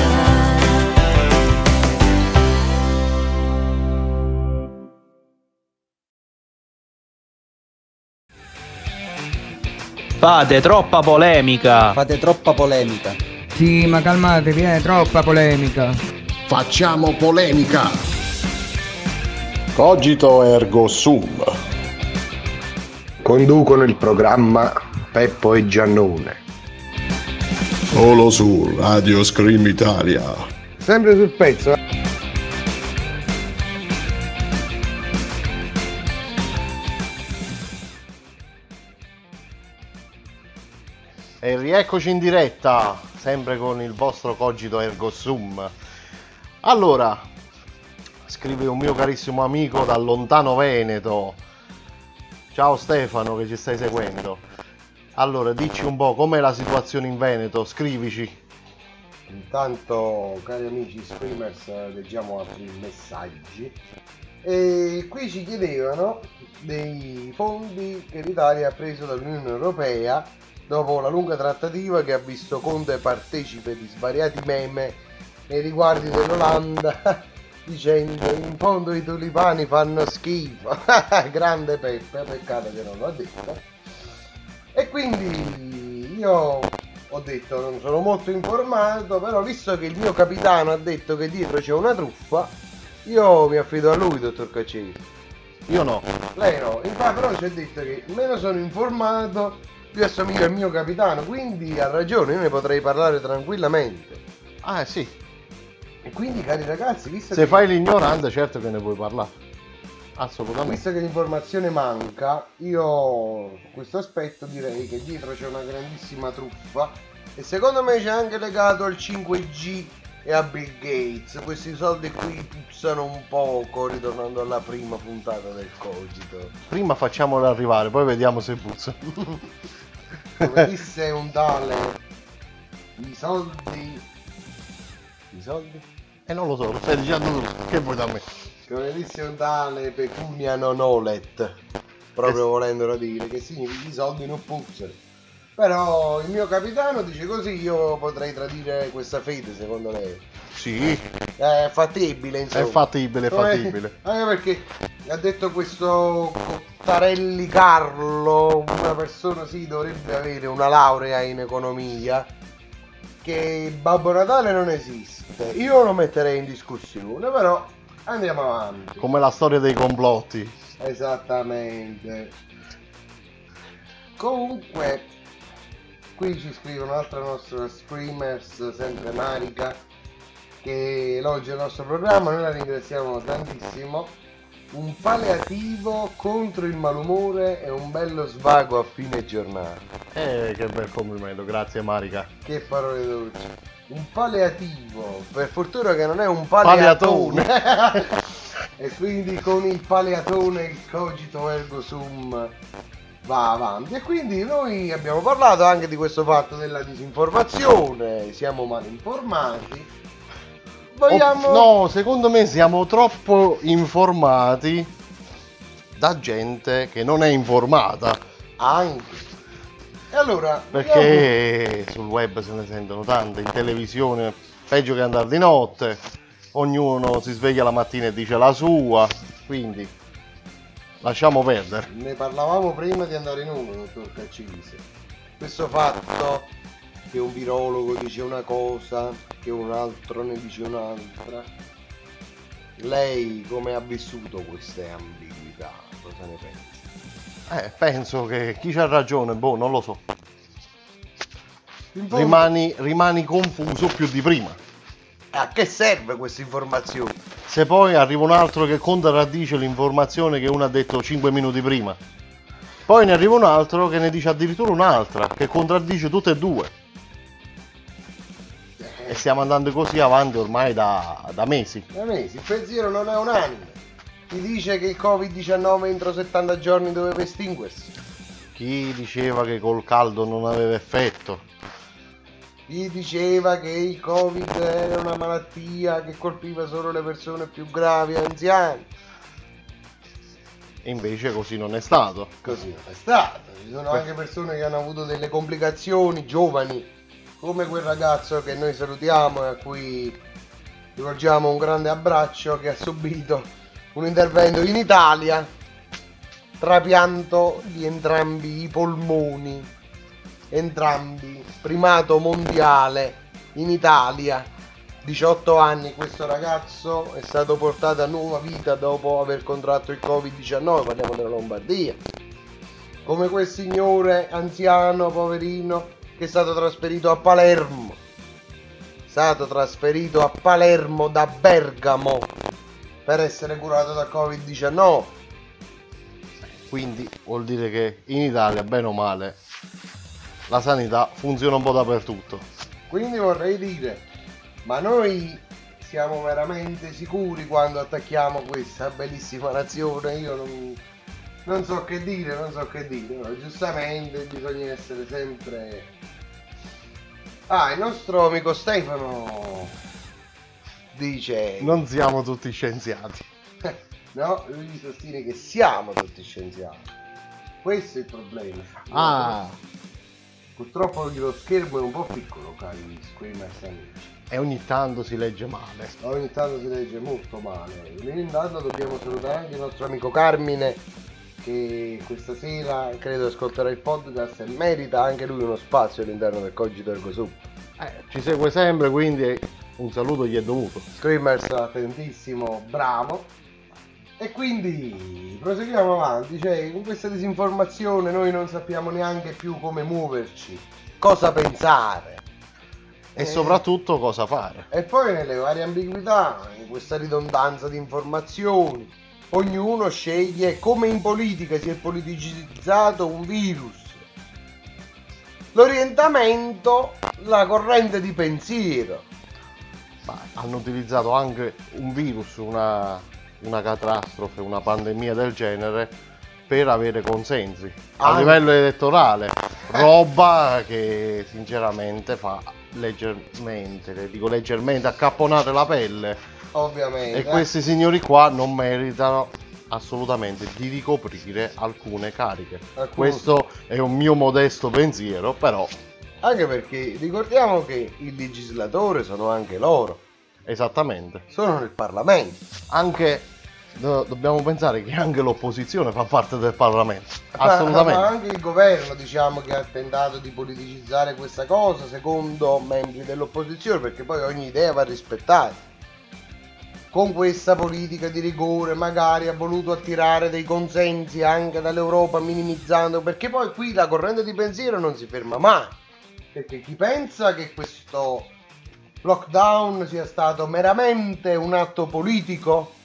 S12: Fate troppa polemica.
S5: Fate troppa polemica.
S14: Sì, ma calmatevi, è troppa polemica.
S15: Facciamo polemica. Cogito ergo sum.
S16: Conducono il programma Peppo e Giannone.
S15: Solo su Radio Scream Italia.
S16: Sempre sul pezzo.
S9: E rieccoci in diretta, sempre con il vostro Cogito ergo sum. Allora, scrive un mio carissimo amico dal lontano Veneto. Ciao Stefano che ci stai seguendo. Allora, dici un po' com'è la situazione in Veneto, scrivici.
S16: Intanto, cari amici Screamers, leggiamo altri messaggi. E qui ci chiedevano dei fondi che l'Italia ha preso dall'Unione Europea dopo la lunga trattativa che ha visto Conte partecipe di svariati meme nei riguardi dell'Olanda dicendo in fondo i tulipani fanno schifo. Grande Peppe, peccato che non l'ha detto. E quindi io ho detto non sono molto informato, però visto che il mio capitano ha detto che dietro c'è una truffa, io mi affido a lui, dottor Caccesi.
S9: Io no.
S16: Lei no, infatti però ci ha detto che meno sono informato più assomiglia al mio capitano, quindi ha ragione, io ne potrei parlare tranquillamente.
S9: Ah sì.
S16: E quindi cari ragazzi, visto
S9: Se
S16: che
S9: fai l'ignorante certo che ne puoi parlare. Assolutamente.
S16: Visto che l'informazione manca, io su questo aspetto direi che dietro c'è una grandissima truffa e secondo me c'è anche legato al 5G e a Bill Gates. Questi soldi qui puzzano un poco, ritornando alla prima puntata del Cogito.
S9: Prima facciamolo arrivare, poi vediamo se puzza.
S16: Come disse un tale I soldi?
S9: Non lo so, lo stai dicendo tu, che vuoi da me?
S16: Come disse un tale pecunia non olet, proprio volendolo dire, che significa i soldi non puzzano. Però il mio capitano dice così, io potrei tradire questa fede, secondo lei?
S9: Sì.
S16: È fattibile, insomma.
S9: È fattibile.
S16: Anche perché ha detto questo Cottarelli Carlo, una persona sì dovrebbe avere una laurea in economia, che Babbo Natale non esiste. Io lo metterei in discussione, però andiamo avanti.
S9: Come la storia dei complotti.
S16: Esattamente. Comunque, qui ci scrive un'altra nostra streamers, sempre Marica, che elogia il nostro programma, noi la ringraziamo tantissimo. Un palliativo contro il malumore e un bello svago a fine giornata.
S9: Che bel complimento, grazie Marica.
S16: Che parole dolci. Un palliativo, per fortuna che non è un palliatone. E quindi con il palliatone il cogito ergo sum va avanti. E quindi noi abbiamo parlato anche di questo fatto della disinformazione, siamo mal informati.
S9: No, secondo me siamo troppo informati da gente che non è informata.
S16: Anche. E allora,
S9: perché sul web se ne sentono tante, in televisione peggio che andare di notte, ognuno si sveglia la mattina e dice la sua, quindi lasciamo perdere.
S16: Ne parlavamo prima di andare in onda, dottor Caccisi. Questo fatto che un virologo dice una cosa, che un altro ne dice un'altra. Lei come ha vissuto queste ambiguità? Cosa ne pensa?
S9: Penso che chi c'ha ragione, non lo so. Rimani confuso più di prima.
S16: A che serve questa informazione?
S9: Se poi arriva un altro che contraddice l'informazione che uno ha detto 5 minuti prima, poi ne arriva un altro che ne dice addirittura un'altra che contraddice tutte e due. E stiamo andando così avanti ormai da mesi.
S16: Da mesi, il pensiero non è unanime. Chi dice che il Covid-19 entro 70 giorni doveva estinguersi?
S9: Chi diceva che col caldo non aveva effetto?
S16: Chi diceva che il Covid era una malattia che colpiva solo le persone più gravi e anziane?
S9: E invece così non è stato.
S16: Così non è stato. Ci sono anche persone che hanno avuto delle complicazioni, giovani, come quel ragazzo che noi salutiamo e a cui rivolgiamo un grande abbraccio, che ha subito un intervento in Italia, trapianto di entrambi i polmoni, entrambi, primato mondiale in Italia, 18 anni. Questo ragazzo è stato portato a nuova vita dopo aver contratto il Covid-19, parliamo della Lombardia, come quel signore anziano, poverino, che è stato trasferito a Palermo, da Bergamo per essere curato da Covid-19.
S9: Quindi vuol dire che in Italia, bene o male, la sanità funziona un po' dappertutto.
S16: Quindi vorrei dire, ma noi siamo veramente sicuri quando attacchiamo questa bellissima nazione? Io non so che dire, no, giustamente bisogna essere sempre... il nostro amico Stefano dice...
S9: Non siamo tutti scienziati.
S16: No, lui sostiene che siamo tutti scienziati. Questo è il problema. Purtroppo lo schermo è un po' piccolo, cari Screamers amici.
S9: E ogni tanto si legge male.
S16: Ogni tanto si legge molto male. Intanto dobbiamo salutare anche il nostro amico Carmine, che questa sera credo ascolterà il podcast e merita anche lui uno spazio all'interno del Cogito Ergo Sum.
S9: Ci segue sempre, quindi un saluto gli è dovuto.
S16: Screamers attentissimo, bravo. E quindi proseguiamo avanti, cioè con questa disinformazione noi non sappiamo neanche più come muoverci, cosa pensare
S9: e soprattutto cosa fare.
S16: E poi nelle varie ambiguità, in questa ridondanza di informazioni, ognuno sceglie, come in politica si è politicizzato un virus, l'orientamento, la corrente di pensiero.
S9: Ma hanno utilizzato anche un virus, una catastrofe, una pandemia del genere per avere consensi a livello elettorale. roba che sinceramente fa leggermente accapponare la pelle.
S16: Ovviamente.
S9: E questi signori qua non meritano assolutamente di ricoprire alcune cariche. Questo è un mio modesto pensiero, però.
S16: Anche perché ricordiamo che il legislatore sono anche loro.
S9: Esattamente.
S16: Sono nel Parlamento.
S9: Anche dobbiamo pensare che anche l'opposizione fa parte del Parlamento. Assolutamente.
S16: Ma anche il governo, diciamo, che ha tentato di politicizzare questa cosa secondo membri dell'opposizione, perché poi ogni idea va rispettata. Con questa politica di rigore magari ha voluto attirare dei consensi anche dall'Europa, minimizzando, perché poi qui la corrente di pensiero non si ferma mai, perché chi pensa che questo lockdown sia stato meramente un atto politico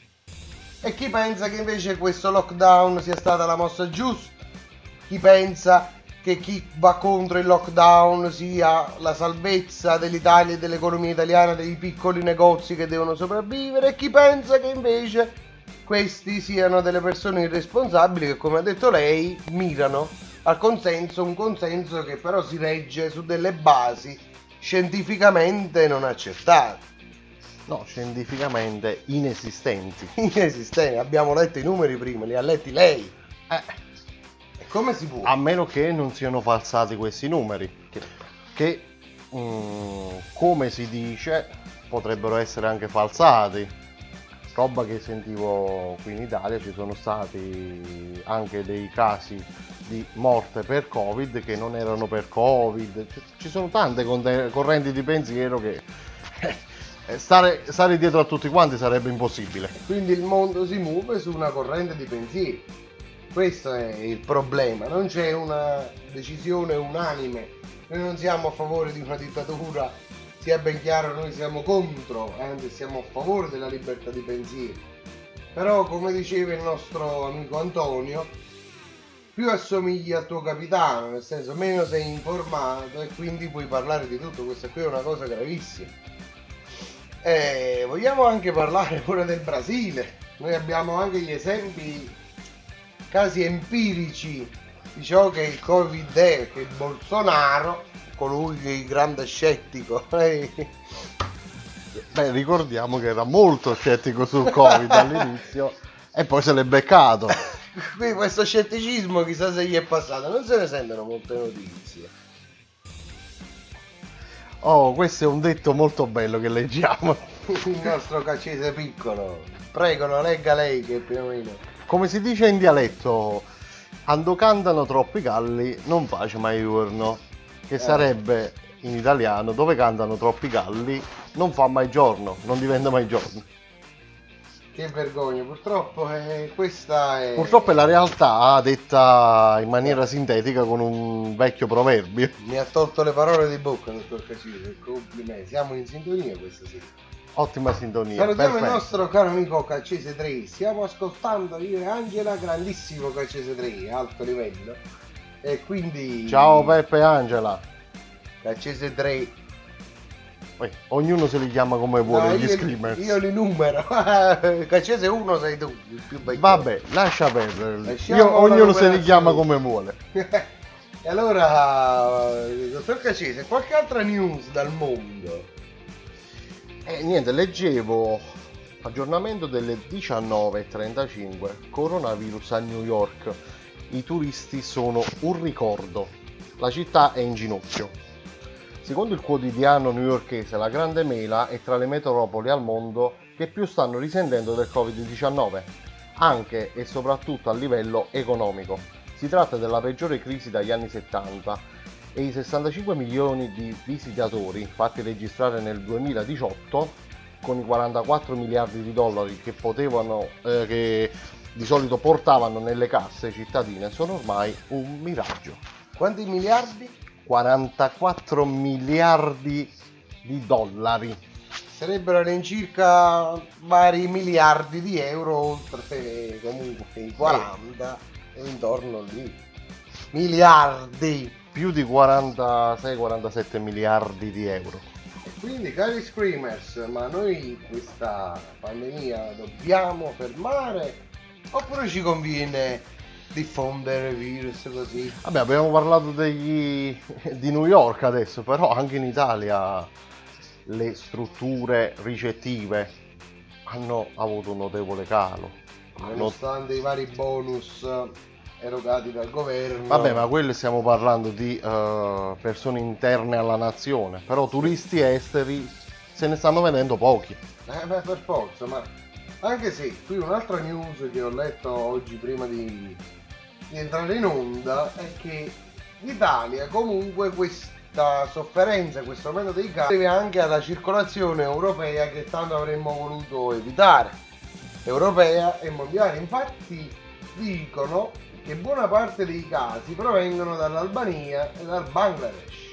S16: e chi pensa che invece questo lockdown sia stata la mossa giusta, chi pensa che chi va contro il lockdown sia la salvezza dell'Italia e dell'economia italiana, dei piccoli negozi che devono sopravvivere, e chi pensa che invece questi siano delle persone irresponsabili che, come ha detto lei, mirano al consenso, un consenso che però si regge su delle basi scientificamente non accertate.
S9: No, scientificamente inesistenti.
S16: Inesistenti, abbiamo letto i numeri prima, li ha letti lei. Come si può?
S9: A meno che non siano falsati questi numeri, che come si dice potrebbero essere anche falsati. Roba che sentivo qui in Italia, ci sono stati anche dei casi di morte per Covid che non erano per Covid. Ci sono tante correnti di pensiero che stare dietro a tutti quanti sarebbe impossibile.
S16: Quindi il mondo si muove su una corrente di pensiero. Questo è il problema, non c'è una decisione unanime, noi non siamo a favore di una dittatura, sia ben chiaro, noi siamo contro, anzi siamo a favore della libertà di pensiero. Però, come diceva il nostro amico Antonio, più assomigli al tuo capitano, nel senso meno sei informato e quindi puoi parlare di tutto. Questa qui è una cosa gravissima. Vogliamo anche parlare pure del Brasile. Noi abbiamo anche gli esempi, casi empirici di ciò che il Covid è, che il Bolsonaro, colui che è il grande scettico,
S9: ricordiamo che era molto scettico sul Covid all'inizio e poi se l'è beccato.
S16: Qui questo scetticismo chissà se gli è passato, non se ne sentono molte notizie.
S9: Oh, questo è un detto molto bello che leggiamo.
S16: Il nostro Caccese piccolo, prego, lo legga lei che più o meno.
S9: Come si dice in dialetto, quando cantano troppi galli non pace mai giorno, che sarebbe in italiano, dove cantano troppi galli non fa mai giorno, non diventa mai giorno.
S16: Che vergogna, purtroppo questa è...
S9: Purtroppo è la realtà detta in maniera sintetica con un vecchio proverbio.
S16: Mi ha tolto le parole di bocca, dottor Caccese, complimenti, siamo in sintonia questa sera.
S9: Ottima sintonia.
S16: Salutiamo il nostro caro amico Caccese 3. Stiamo ascoltando io e Angela, grandissimo Caccese 3, alto livello. E quindi...
S9: Ciao Peppe e Angela.
S16: Caccese 3.
S9: Ognuno se li chiama come vuole, gli screamer.
S16: Io li numero. Caccese 1 sei tu, il più vecchio.
S9: Vabbè, lascia perdere. Ognuno se li chiama come vuole.
S16: E allora, dottor Caccese, qualche altra news dal mondo?
S9: Niente, leggevo aggiornamento delle 19:35, coronavirus a New York, i turisti sono un ricordo, la città è in ginocchio. Secondo il quotidiano newyorkese, la Grande Mela è tra le metropoli al mondo che più stanno risentendo del Covid-19, anche e soprattutto a livello economico. Si tratta della peggiore crisi dagli anni 70 e i 65 milioni di visitatori fatti registrare nel 2018 con i 44 miliardi di dollari che di solito portavano nelle casse cittadine sono ormai un miraggio.
S16: Quanti miliardi?
S9: 44 miliardi di dollari.
S16: Sarebbero all'incirca vari miliardi di euro, oltre comunque i 40 e intorno lì. Miliardi!
S9: Più di 46-47 miliardi di euro.
S16: E quindi, cari Screamers, ma noi questa pandemia dobbiamo fermare oppure ci conviene diffondere virus così.
S9: Vabbè, abbiamo parlato di New York adesso, però anche in Italia le strutture ricettive hanno avuto un notevole calo.
S16: Nonostante i vari bonus erogati dal governo.
S9: Vabbè, ma quello stiamo parlando di persone interne alla nazione, però turisti esteri se ne stanno vedendo pochi.
S16: Beh, per forza, ma anche se qui un'altra news che ho letto oggi prima di entrare in onda è che l'Italia comunque questa sofferenza, questo aumento dei casi deve anche alla circolazione europea che tanto avremmo voluto evitare, europea e mondiale. Infatti dicono che buona parte dei casi provengono dall'Albania e dal Bangladesh.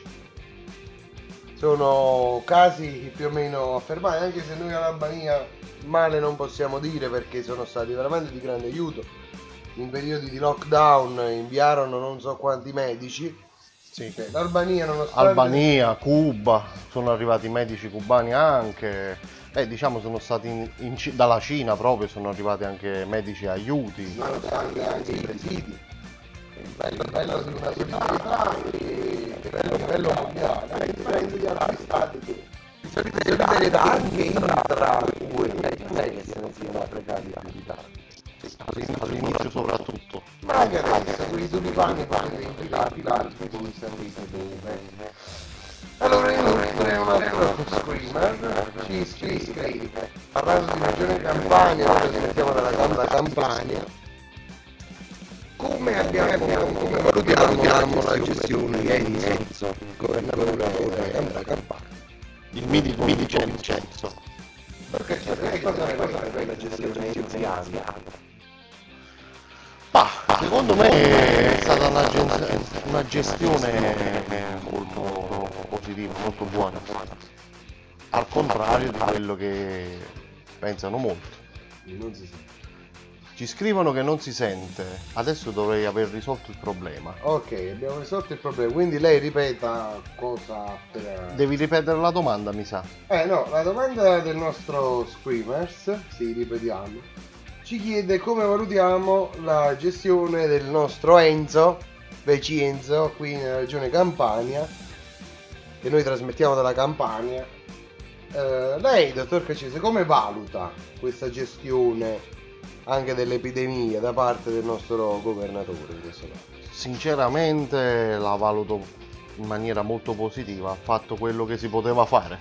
S16: Sono casi più o meno affermati, anche se noi all'Albania male non possiamo dire perché sono stati veramente di grande aiuto. In periodi di lockdown inviarono non so quanti medici.
S9: Sì.
S16: L'Albania nonostante...
S9: Albania, Cuba, sono arrivati medici cubani anche. Diciamo sono stati dalla Cina proprio, sono arrivati anche medici aiuti.
S16: Anche i presidi. Il bello di una solidarietà e il livello mondiale, a differenza di altri stati che di solidarietà anche intra UE, non è che siano fino a precari di tanto.
S9: All'inizio soprattutto.
S16: Ma anche adesso, quei tulipani fanno implicati l'altro con i servizi bene. Allora io vorrei un altro screamer, ci scrive, parlando di regione Campania, ora sentiamo dalla Campania, come valutiamo la gestione di Enzo, il governatore della Campania?
S9: Il mitico Vincenzo.
S16: Perché c'è cosa ne la gestione enziana?
S9: Secondo me è stata una gestione molto positiva, molto buona, al contrario di quello che pensano molti.
S16: Non si sente.
S9: Ci scrivono che non si sente, adesso dovrei aver risolto il problema.
S16: Ok, abbiamo risolto il problema, quindi lei ripeta cosa per...
S9: Devi ripetere la domanda, mi sa.
S16: No, la domanda del nostro Screamers, sì, ripetiamo, ci chiede come valutiamo la gestione del nostro Enzo, Enzo, qui nella regione Campania, che noi trasmettiamo dalla Campania. Lei, dottor Caccese, come valuta questa gestione anche dell'epidemia da parte del nostro governatore in questo caso?
S9: Sinceramente la valuto in maniera molto positiva, ha fatto quello che si poteva fare.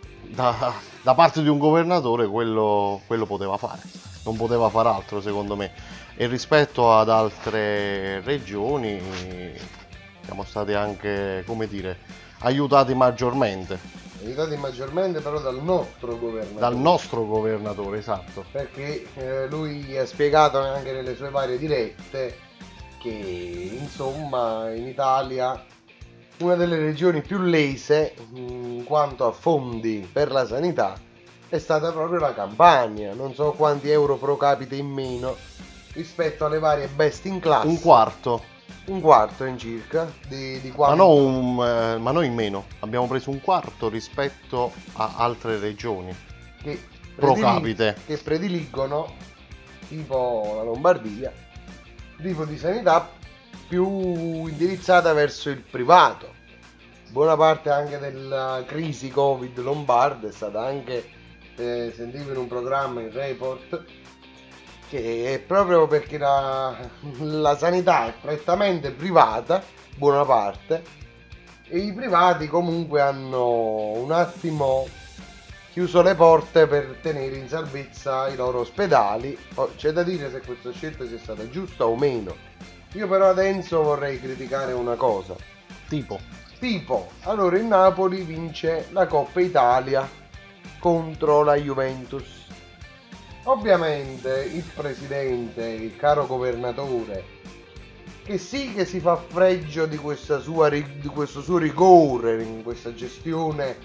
S9: Da parte di un governatore quello poteva fare, non poteva fare altro secondo me. E rispetto ad altre regioni siamo stati anche, come dire, aiutati maggiormente.
S16: Aiutati maggiormente però dal nostro governatore.
S9: Dal nostro governatore, esatto.
S16: Perché lui ha spiegato anche nelle sue varie dirette che insomma in Italia una delle regioni più lese in quanto a fondi per la sanità è stata proprio la Campania. Non so quanti euro pro capite in meno rispetto alle varie best in class.
S9: Un quarto
S16: in circa di quanto...
S9: ma non in meno, abbiamo preso un quarto rispetto a altre regioni
S16: che
S9: pro capite
S16: che prediligono, tipo la Lombardia, tipo di sanità più indirizzata verso il privato. Buona parte anche della crisi Covid lombarda è stata anche sentito in un programma, in Report, che è proprio perché la sanità è prettamente privata, buona parte, e i privati comunque hanno un attimo chiuso le porte per tenere in salvezza i loro ospedali. C'è da dire se questa scelta sia stata giusta o meno. Io però adesso vorrei criticare una cosa.
S9: Tipo,
S16: allora il Napoli vince la Coppa Italia contro la Juventus. Ovviamente il presidente, il caro governatore, che sì che si fa fregio di questo suo rigore in questa gestione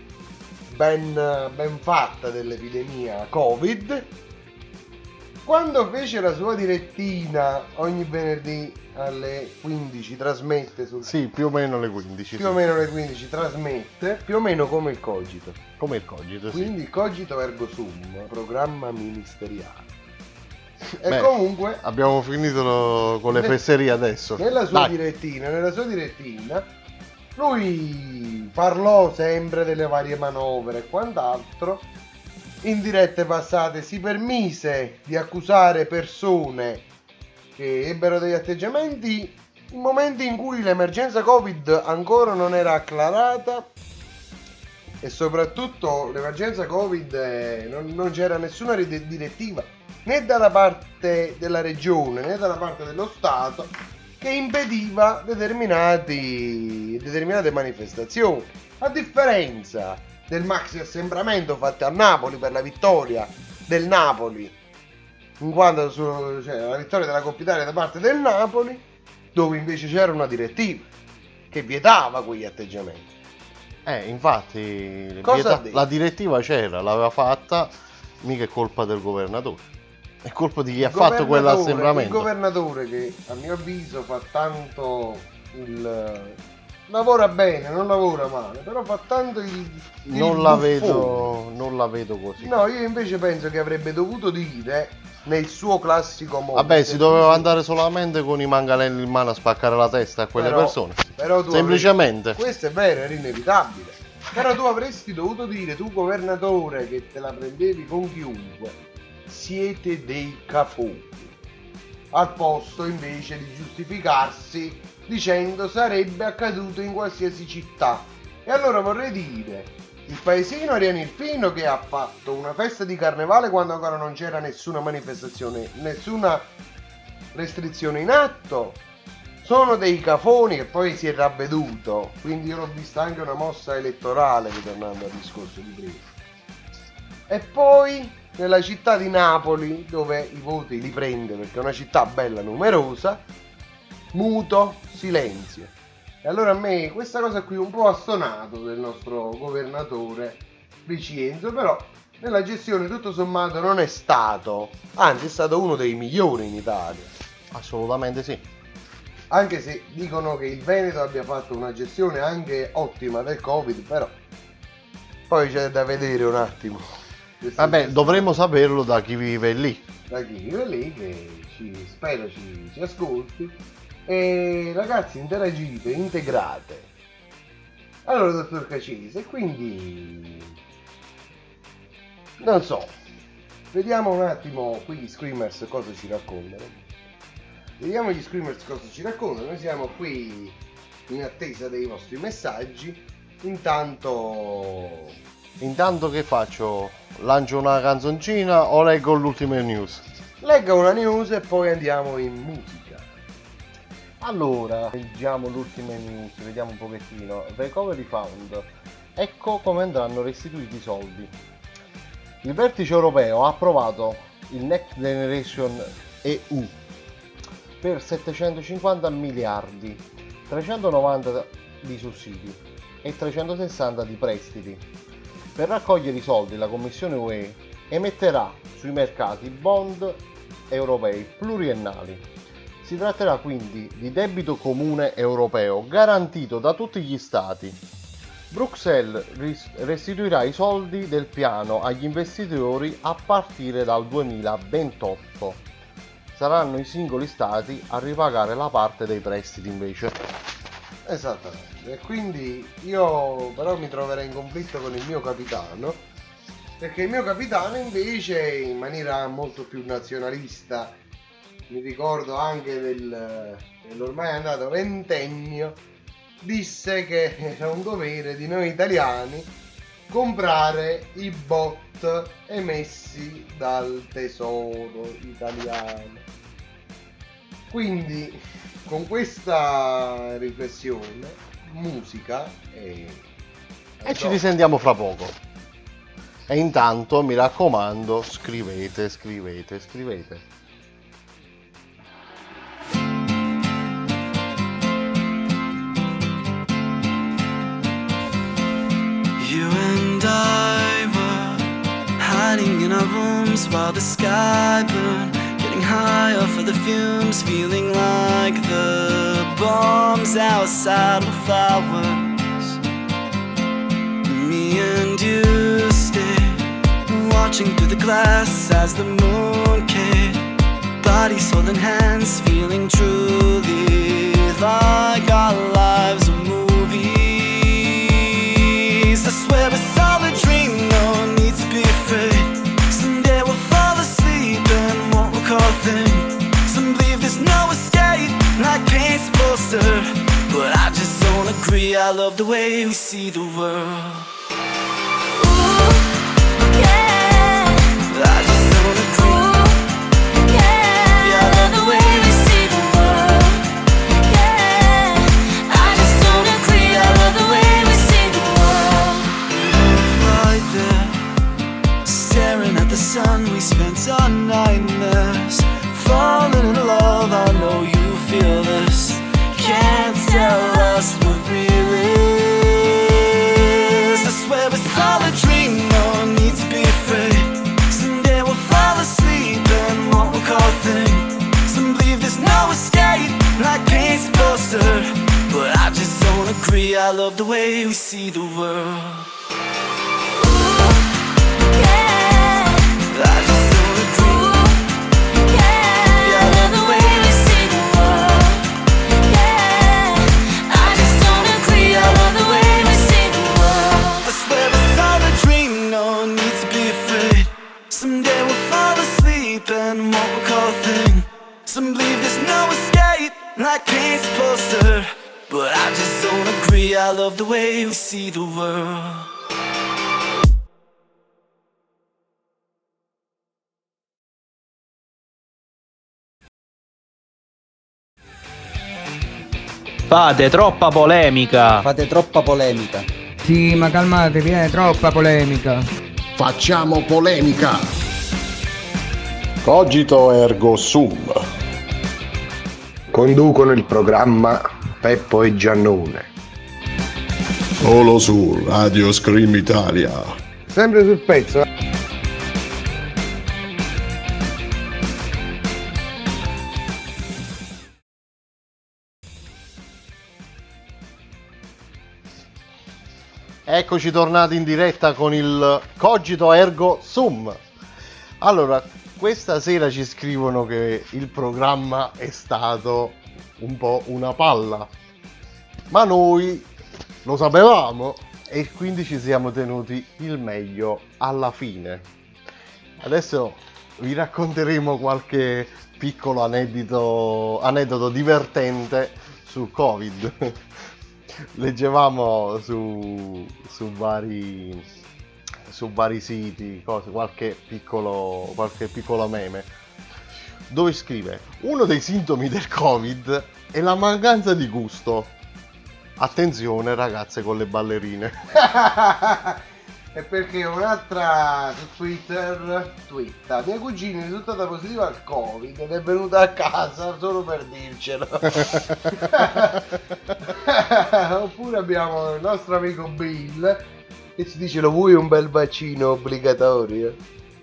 S16: ben fatta dell'epidemia Covid, quando fece la sua direttina ogni venerdì alle 15 trasmette sul...
S9: Sì, più o meno alle 15.
S16: Più o meno alle 15 trasmette, più o meno come il Cogito.
S9: Come il Cogito,
S16: Quindi il Cogito ergo sum, programma ministeriale. E comunque
S9: abbiamo finito con le fesserie adesso.
S16: Nella sua direttina lui parlò sempre delle varie manovre e quant'altro. In dirette passate si permise di accusare persone che ebbero degli atteggiamenti in momenti in cui l'emergenza Covid ancora non era acclarata e soprattutto l'emergenza Covid non c'era nessuna direttiva né dalla parte della regione né dalla parte dello Stato che impediva determinate manifestazioni, a differenza del maxi assembramento fatto a Napoli per la vittoria del Napoli, in quanto la vittoria della Coppa Italia da parte del Napoli, dove invece c'era una direttiva che vietava quegli atteggiamenti.
S9: Infatti la direttiva c'era, l'aveva fatta, mica è colpa del governatore, è colpa di chi ha fatto quell'assembramento.
S16: Il governatore, che a mio avviso fa tanto lavora bene, non lavora male, però fa tanto il
S9: non la vedo così.
S16: No, io invece penso che avrebbe dovuto dire nel suo classico modo.
S9: Vabbè, si doveva andare solamente con i manganelli in mano a spaccare la testa a quelle persone.
S16: Però tu
S9: semplicemente.
S16: Questo è vero, era inevitabile. Però tu avresti dovuto dire, tu governatore che te la prendevi con chiunque, siete dei cafoni. Al posto invece di giustificarsi dicendo sarebbe accaduto in qualsiasi città. E allora vorrei dire, il paesino Ariano Irpino che ha fatto una festa di carnevale quando ancora non c'era nessuna manifestazione, nessuna restrizione in atto, sono dei cafoni, che poi si è ravveduto, quindi io l'ho vista anche una mossa elettorale, ritornando al discorso di prima. E poi nella città di Napoli, dove i voti li prende perché è una città bella numerosa, muto silenzio. E allora a me questa cosa qui un po' ha stonato del nostro governatore Vicienzo, però nella gestione tutto sommato non è stato, anzi è stato uno dei migliori in Italia.
S9: Assolutamente sì.
S16: Anche se dicono che il Veneto abbia fatto una gestione anche ottima del Covid, però poi c'è da vedere un attimo.
S9: Vabbè, dovremmo saperlo da chi vive lì.
S16: Da chi vive lì, che spero ci ascolti. E ragazzi, interagite, integrate. Allora, dottor Cacese, quindi non so, vediamo un attimo qui gli Screamers cosa ci raccontano. Noi siamo qui in attesa dei vostri messaggi. Intanto
S9: che faccio? Lancio una canzoncina o leggo l'ultima news?
S16: Legga una news e poi andiamo in musica. Allora, leggiamo l'ultima news, vediamo un pochettino. Recovery Fund. Ecco come andranno restituiti i soldi. Il vertice europeo ha approvato il Next Generation EU per 750 miliardi, 390 di sussidi e 360 di prestiti. Per raccogliere i soldi la Commissione UE emetterà sui mercati bond europei pluriennali. Si tratterà quindi di debito comune europeo garantito da tutti gli stati. Bruxelles restituirà i soldi del piano agli investitori a partire dal 2028. Saranno i singoli stati a ripagare la parte dei prestiti invece. Esattamente. E quindi io però mi troverei in conflitto con il mio capitano, perché il mio capitano invece in maniera molto più nazionalista, mi ricordo anche dell'ormai andato ventennio, disse che era un dovere di noi italiani comprare i bot emessi dal tesoro italiano. Quindi con questa riflessione, musica e
S9: ci risentiamo fra poco. E intanto mi raccomando, scrivete.
S13: You and I were hiding in our rooms while the sky burned, getting high off of the fumes, feeling like the bombs outside of fireworks. Me and you stayed watching through the glass as the moon came bodies holding hands, feeling truly like our lives are movies. I swear it's all a dream, no need to be afraid. Someday we'll fall asleep and won't recall a thing. Some believe there's no escape, like paint's a poster, but I just don't agree. I love the way we see the world. I just don't agree. Yeah, I love the way we see the world. Yeah, I just don't agree. I love the way we see the world. Right there, staring at the sun, we spent our nightmares. Falling in love, I know you feel this. Can't tell us what real is. I swear it's all a dream, no need to be afraid. Someday we'll fall asleep and won't recall a thing. Some believe there's no escape, like paint's a poster, but I just don't agree. I love the way we see the world. I just don't agree. Yeah, I love the way we see the world. Yeah, I just don't agree. I love the way we see the world. I swear it's all a dream, no need to be afraid. Someday we'll fall asleep and won't recall a thing. Some believe there's no escape, like paint's a poster, but I just don't agree. I love the way we see the world.
S12: Fate troppa polemica.
S5: Fate troppa polemica.
S14: Sì, ma calmatevi, è troppa polemica.
S15: Facciamo polemica. Cogito ergo sum.
S16: Conducono il programma Peppo e Giannone.
S15: Solo su Radio Scream Italia.
S16: Sempre sul pezzo.
S9: Eccoci tornati in diretta con il Cogito Ergo Sum. Allora, questa sera ci scrivono che il programma è stato un po' una palla, ma noi lo sapevamo e quindi ci siamo tenuti il meglio alla fine. Adesso vi racconteremo qualche piccolo aneddoto divertente sul Covid. Leggevamo su vari siti qualche piccolo meme dove scrive: uno dei sintomi del Covid è la mancanza di gusto. Attenzione ragazze con le ballerine.
S16: È perché un'altra su Twitter twitta: mia cugina è risultata positiva al Covid ed è venuta a casa solo per dircelo. Oppure abbiamo il nostro amico Bill che ci dice: lo vuoi un bel vaccino obbligatorio?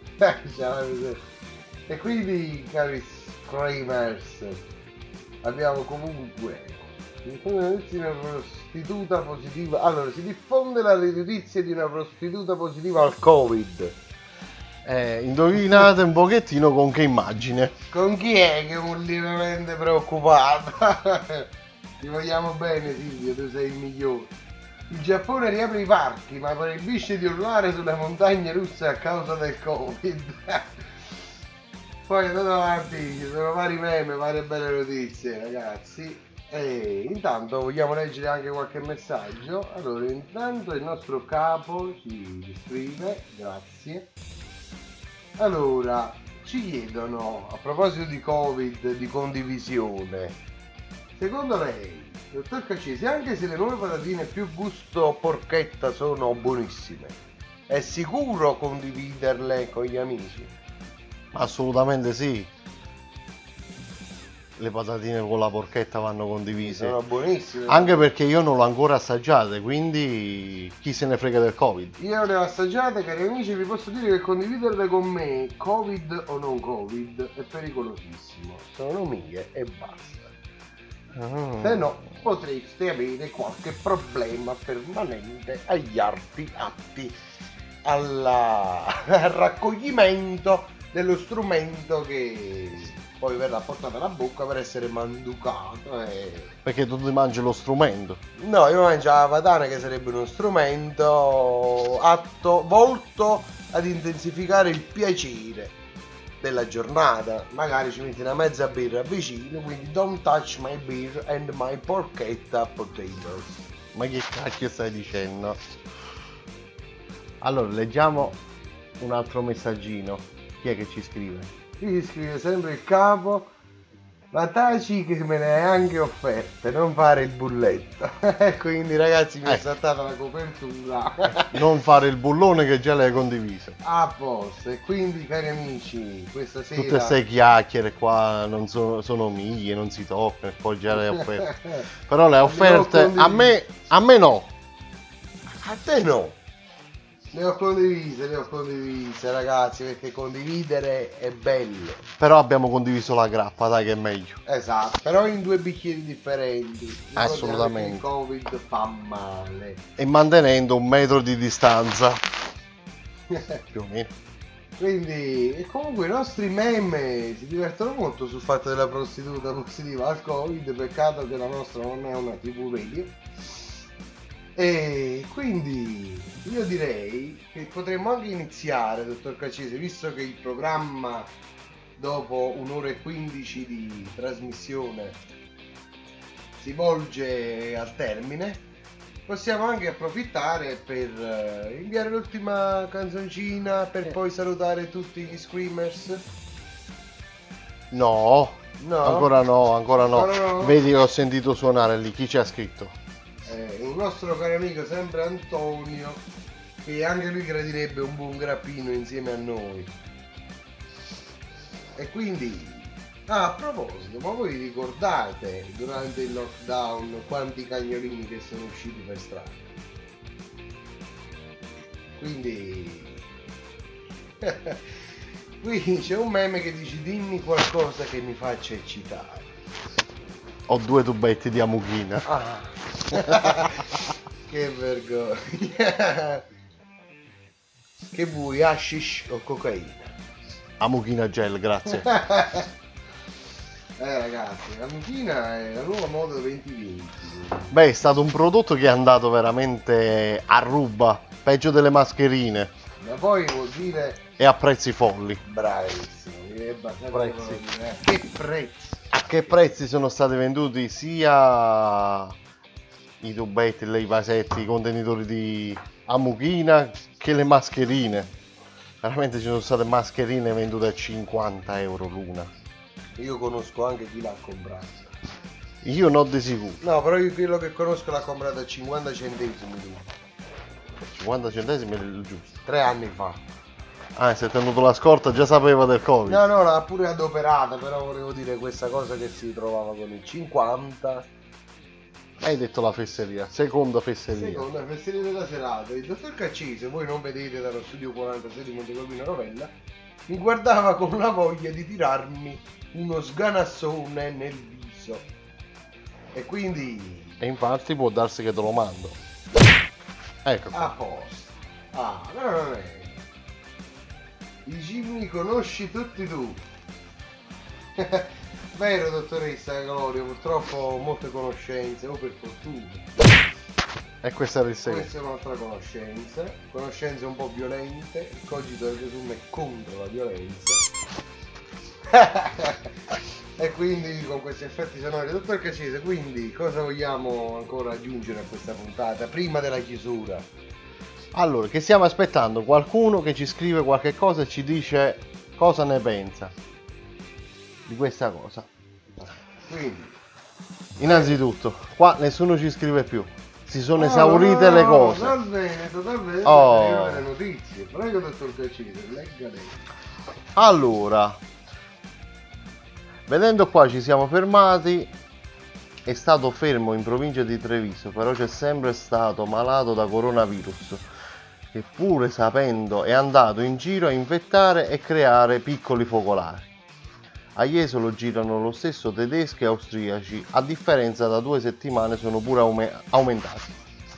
S16: E quindi, cari screamers, abbiamo comunque una prostituta positiva. Allora, si diffonde la notizia di una prostituta positiva al Covid.
S9: Indovinate un pochettino con che immagine?
S16: Con chi è che è lievemente preoccupata? Ti vogliamo bene, Silvio, tu sei il migliore. Il Giappone riapre i parchi ma proibisce di urlare sulle montagne russe a causa del Covid. Poi andando avanti, ci sono vari meme, varie belle notizie, ragazzi. E intanto vogliamo leggere anche qualche messaggio. Allora, intanto il nostro capo ci scrive, grazie. Allora, ci chiedono, a proposito di Covid, di condivisione, secondo lei, dottor Caccesi, anche se le nuove patatine più gusto porchetta sono buonissime, è sicuro condividerle con gli amici?
S9: Assolutamente sì. Le patatine con la porchetta vanno condivise.
S16: Sono buonissime.
S9: Anche perché io non l'ho ancora assaggiate, quindi chi se ne frega del Covid.
S16: Io le ho assaggiate, cari amici, vi posso dire che condividerle con me, Covid o non Covid, è pericolosissimo. Sono mie e basta. Se no potreste avere qualche problema permanente agli atti al raccoglimento dello strumento che poi verrà portato alla bocca per essere manducato.
S9: Perché tu ti mangi lo strumento?
S16: No, io mangio la patana, che sarebbe uno strumento volto ad intensificare il piacere della giornata. Magari ci metti una mezza birra vicino, quindi don't touch my beer and my porchetta potatoes.
S9: Ma che cacchio stai dicendo? Allora, leggiamo un altro messaggino. Chi è che ci scrive?
S16: Qui si scrive sempre il capo. Ma taci che me ne hai anche offerte, non fare il bulletto. Quindi ragazzi, mi è saltata la copertura.
S9: Non fare il bullone che già l'hai condiviso.
S16: A posto. E quindi, cari amici, questa sera
S9: Tutte queste chiacchiere qua non sono mie, non si toccano, e poi già le hai offerte. Però le offerte a me no.
S16: A te no. Le ho condivise ragazzi, perché condividere è bello.
S9: Però abbiamo condiviso la grappa, dai, che è meglio.
S16: Esatto, però in 2 bicchieri differenti.
S9: Assolutamente.
S16: Il Covid fa male.
S9: E mantenendo 1 metro di distanza. Più o meno.
S16: Quindi, e comunque i nostri meme si divertono molto sul fatto della prostituta positiva al Covid. Peccato che la nostra non è una TV radio. E quindi io direi che potremmo anche iniziare, dottor Caccese, visto che il programma dopo 1 ora e 15 di trasmissione si volge al termine. Possiamo anche approfittare per inviare l'ultima canzoncina per poi salutare tutti gli screamers.
S9: No, ancora no.
S16: No.
S9: Vedi che ho sentito suonare lì, chi ci ha scritto?
S16: Un nostro caro amico, sempre Antonio, che anche lui gradirebbe un buon grappino insieme a noi. E quindi, a proposito, ma voi ricordate durante il lockdown quanti cagnolini che sono usciti per strada? Quindi qui c'è un meme che dice: dimmi qualcosa che mi faccia eccitare.
S9: Ho 2 tubetti di amuchina.
S16: Che vergogna. Che vuoi, hashish o cocaina?
S9: Amuchina gel, grazie.
S16: Ragazzi, la mucchina è la nuova moda 2020.
S9: Beh, è stato un prodotto che è andato veramente a ruba, peggio delle mascherine.
S16: Ma poi vuol dire...
S9: E a prezzi folli.
S16: Bravissimo.
S9: Che prezzi? A che prezzi sono stati venduti sia i tubetti, i vasetti, i contenitori di amuchina che le mascherine? Veramente ci sono state mascherine vendute a 50 euro l'una.
S16: Io conosco anche chi l'ha comprata.
S9: Io no, di sicuro.
S16: No, però io quello che conosco l'ha comprata a 50 centesimi.
S9: 50 centesimi è il giusto.
S16: 3 anni fa.
S9: Ah, si è tenuto la scorta, già sapeva del Covid.
S16: No, l'ha pure adoperata, però volevo dire questa cosa che si trovava con il 50.
S9: Hai detto la fesseria, seconda fesseria.
S16: Seconda fesseria della serata. Il dottor Caccese, voi non vedete dallo studio 46 di Montecolpino Rovella, mi guardava con la voglia di tirarmi uno sganassone nel viso. E quindi...
S9: E infatti può darsi che te lo mando. Ecco.
S16: A posto. Ah, no, non è. I cigni conosci tutti tu. Vero, dottoressa Gloria, purtroppo molte conoscenze, o per fortuna.
S9: E questa era il segreto.
S16: Questa è un'altra conoscenza. Conoscenze un po' violente. Il cogito del Gesù è contro la violenza. E quindi con questi effetti sonori, dottor Caccese, quindi cosa vogliamo ancora aggiungere a questa puntata prima della chiusura?
S9: Allora, che stiamo aspettando qualcuno che ci scrive qualche cosa e ci dice cosa ne pensa di questa cosa.
S16: Quindi,
S9: innanzitutto, qua nessuno ci scrive più. Si sono esaurite le cose.
S16: Totalmente.
S9: Oh.
S16: Le notizie. Prego, dottor Caccese, legga lei.
S9: Allora, vedendo qua ci siamo fermati. È stato fermo in provincia di Treviso, però c'è sempre stato malato da coronavirus, che pure sapendo è andato in giro a infettare e creare piccoli focolari. A Jesolo girano lo stesso tedeschi e austriaci, a differenza da 2 settimane sono pure aumentati.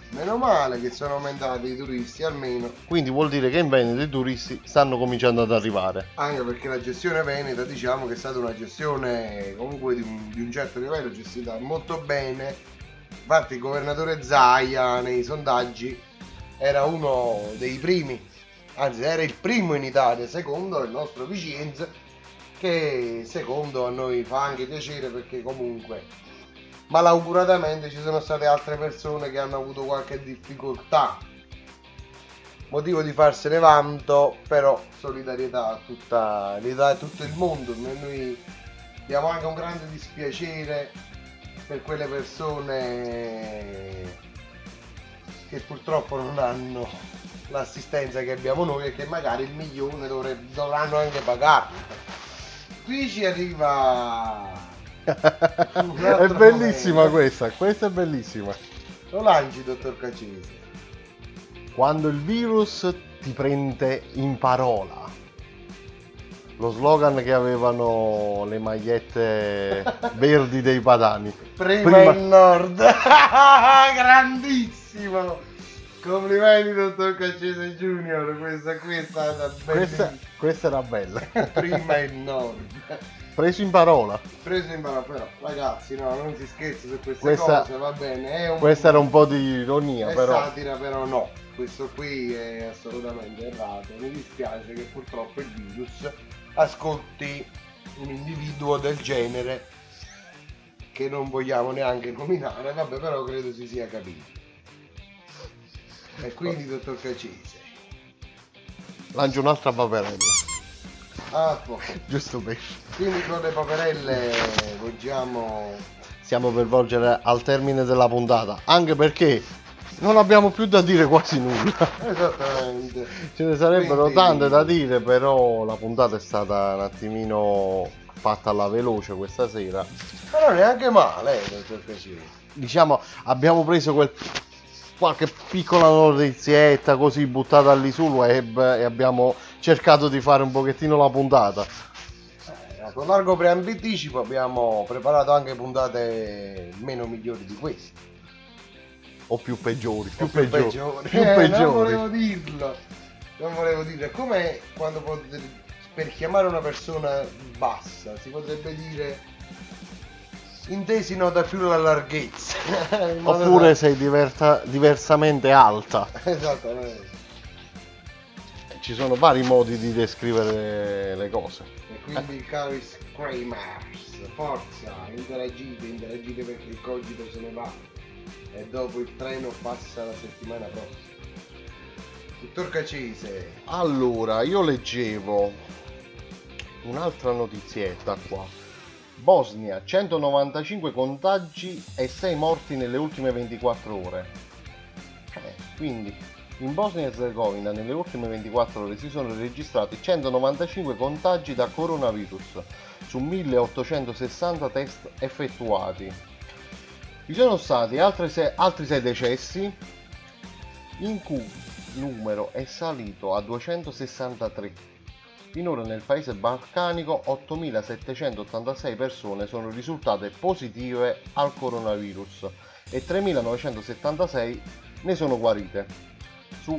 S16: Meno male che sono aumentati i turisti almeno.
S9: Quindi vuol dire che in Veneto i turisti stanno cominciando ad arrivare.
S16: Anche perché la gestione veneta, diciamo che è stata una gestione comunque di un certo livello, gestita molto bene. Infatti il governatore Zaia nei sondaggi era uno dei primi, anzi era il primo in Italia, secondo il nostro Vicenza, che secondo a noi fa anche piacere perché comunque malauguratamente ci sono state altre persone che hanno avuto qualche difficoltà, motivo di farsene vanto, però solidarietà a tutto il mondo. Noi abbiamo anche un grande dispiacere per quelle persone che purtroppo non hanno l'assistenza che abbiamo noi e che magari il milione dovranno anche pagarlo. Qui ci arriva
S9: è bellissima questa è bellissima.
S16: Lo lanci, dottor Cacese.
S9: Quando il virus ti prende in parola. Lo slogan che avevano le magliette verdi dei padani.
S16: Prima il nord. Grandissimo. Complimenti, dottor Cacese Junior. Questa qui è stata bellissima.
S9: Questa era bella.
S16: Prima il nord.
S9: Preso in parola,
S16: però ragazzi, no, non si scherzi su queste cose, va bene.
S9: Questa era un po' di ironia, però.
S16: Satira, però no, questo qui è assolutamente errato. Mi dispiace che purtroppo il virus ascolti un individuo del genere che non vogliamo neanche nominare, vabbè, però credo si sia capito. E quindi, dottor Cacese,
S9: lancio un'altra paperella. Giusto per.
S16: Quindi con le paperelle
S9: stiamo per volgere al termine della puntata, anche perché non abbiamo più da dire quasi nulla.
S16: Esattamente.
S9: Ce ne sarebbero tante da dire, però la puntata è stata un attimino fatta alla veloce questa sera.
S16: Però neanche male, dottor Cacese.
S9: Diciamo, abbiamo preso qualche piccola notizietta così buttata lì sul web e abbiamo cercato di fare un pochettino la puntata.
S16: Con largo preanticipo abbiamo preparato anche puntate meno migliori di queste.
S9: O più peggiori.
S16: Più peggiori. Non volevo dirlo. Come quando per chiamare una persona bassa si potrebbe dire intesi nota più la larghezza.
S9: Oppure sei diversamente alta.
S16: Esattamente.
S9: Ci sono vari modi di descrivere le cose.
S16: E quindi cari Screamers, forza, interagite perché il cogito se ne va e dopo il treno passa la settimana prossima. Dottor Cacese.
S9: Allora, io leggevo un'altra notizietta qua. Bosnia, 195 contagi e 6 morti nelle ultime 24 ore. Quindi in Bosnia e Erzegovina nelle ultime 24 ore si sono registrati 195 contagi da coronavirus su 1860 test effettuati. Vi sono stati altri 6 decessi, in cui il numero è salito a 263. Finora nel paese balcanico 8.786 persone sono risultate positive al coronavirus e 3.976 ne sono guarite. Su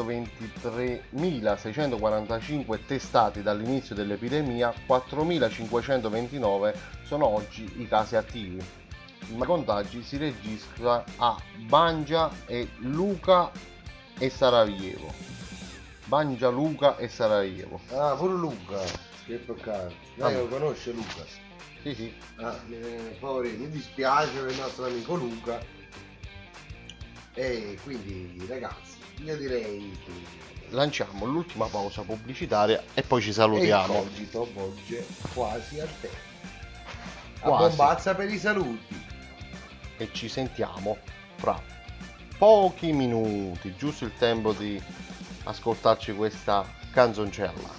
S9: 123.645 testati dall'inizio dell'epidemia, 4.529 sono oggi i casi attivi. I contagi si registra a Banja Luka e Sarajevo. Banja Luka e Sarajevo.
S16: Ah, pure Luca, che peccato. Lei lo conosce Luca?
S9: Sì.
S16: Poverino, mi dispiace per il nostro amico Luca. E quindi ragazzi, io direi che
S9: lanciamo l'ultima pausa pubblicitaria e poi ci salutiamo.
S16: E il cogito volge quasi al termine. A bombazza per i saluti.
S9: E ci sentiamo fra pochi minuti, giusto il tempo di ascoltarci questa canzoncella.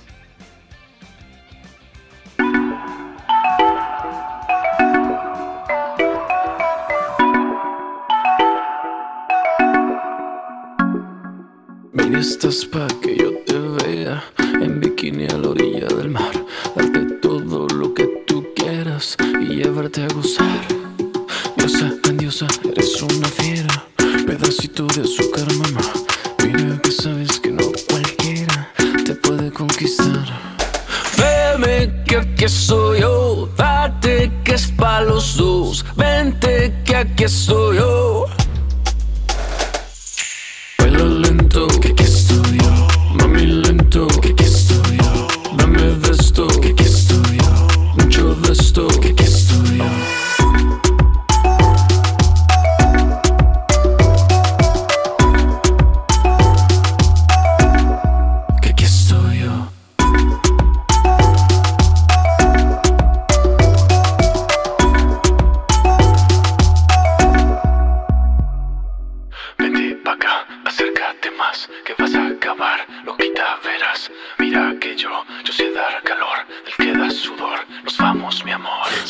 S17: Mira, estás pa' que yo te vea en bikini a la orilla del mar, darte todo lo que tú quieras y llevarte a gozar. Diosa, grandiosa, eres una fiera, pedacito de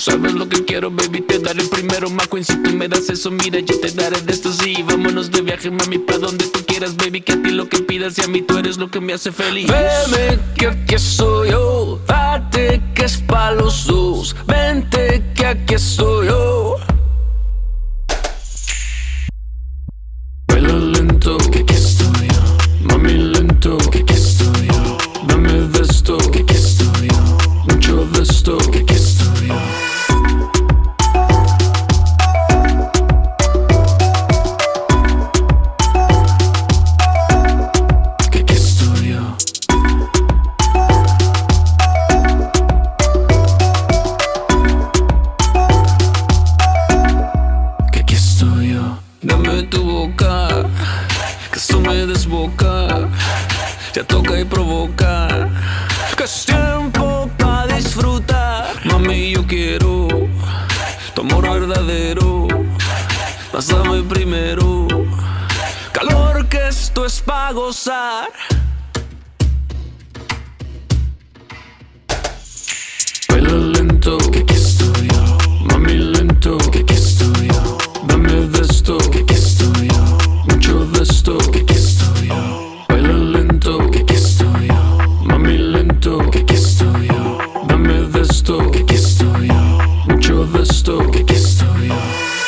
S17: Sabes lo que quiero, baby, te daré primero. Macuin, si tú me das eso, mira, yo te daré de esto, sí. Vámonos de viaje, mami, pa' donde tú quieras, baby. Que a ti lo que pidas y a mí tú eres lo que me hace feliz. Veme que aquí estoy yo, date que es pa' los dos. Vente que aquí estoy yo. Baila lento, que aquí estoy yo. Mami, lento, que aquí estoy yo. Dame de esto, que aquí estoy yo. Mucho de esto, que aquí estoy yo. Que aquí estoy yo. Que aquí estoy yo. Dame tu boca, que esto me desboca. Ya toca y provoca. Que es tiempo pa' disfrutar. Mami, yo quiero tu amor verdadero. Pásame primero. Calor, que esto es pa' gozar. Baila lento, que aquí estoy yo. Mami, lento, que aquí estoy yo. Dame de esto, que aquí estoy yo. Mucho de esto, que aquí estoy yo. Baila lento, que aquí estoy yo. Mami, lento, que aquí estoy yo. Dame de esto, que aquí estoy yo. Mucho de esto, que aquí estoy yo.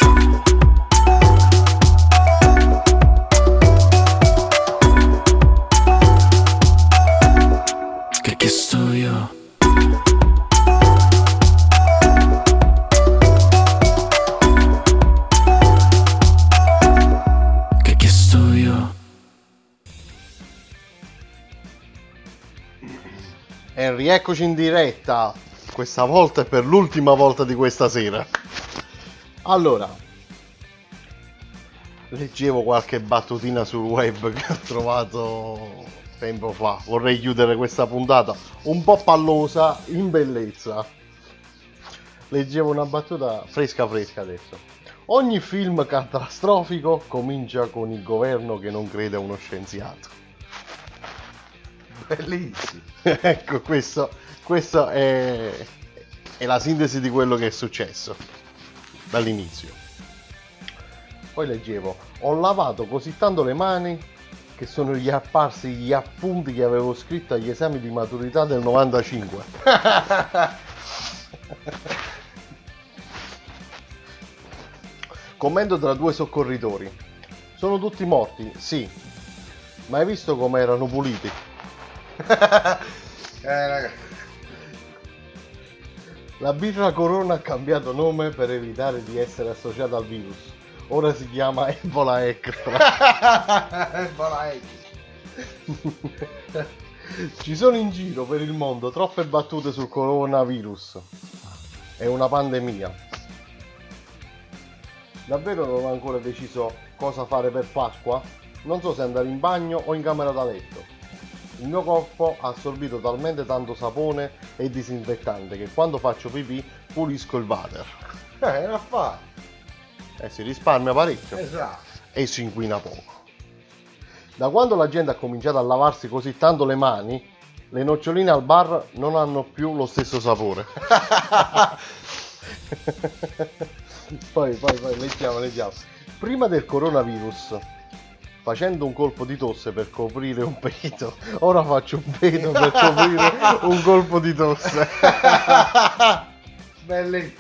S17: Que aquí estoy yo. Que aquí estoy yo.
S9: E rieccoci in diretta, questa volta è per l'ultima volta di questa sera. Allora, leggevo qualche battutina sul web che ho trovato tempo fa. Vorrei chiudere questa puntata un po' pallosa in bellezza. Leggevo una battuta fresca adesso. Ogni film catastrofico comincia con il governo che non crede a uno scienziato.
S16: Bellissimo.
S9: Ecco, questo è la sintesi di quello che è successo dall'inizio. Poi leggevo: ho lavato così tanto le mani che sono gli apparsi gli appunti che avevo scritto agli esami di maturità del 95. Commento tra due soccorritori: sono tutti morti? Sì, ma hai visto come erano puliti?
S16: Raga.
S9: La birra Corona ha cambiato nome per evitare di essere associata al virus. Ora si chiama Ebola Extra.
S16: Ebola Extra.
S9: Ci sono in giro per il mondo troppe battute sul coronavirus. È una pandemia. Davvero non ho ancora deciso cosa fare per Pasqua? Non so se andare in bagno o in camera da letto. Il mio corpo ha assorbito talmente tanto sapone e disinfettante che quando faccio pipì pulisco il water.
S16: Non fa.
S9: Si risparmia parecchio.
S16: Esatto.
S9: E si inquina poco. Da quando la gente ha cominciato a lavarsi così tanto le mani, le noccioline al bar non hanno più lo stesso sapore. Poi leggiamo. Prima del coronavirus, facendo un colpo di tosse per coprire un peto, ora faccio un peto per coprire un colpo di tosse.
S16: Bellissimo.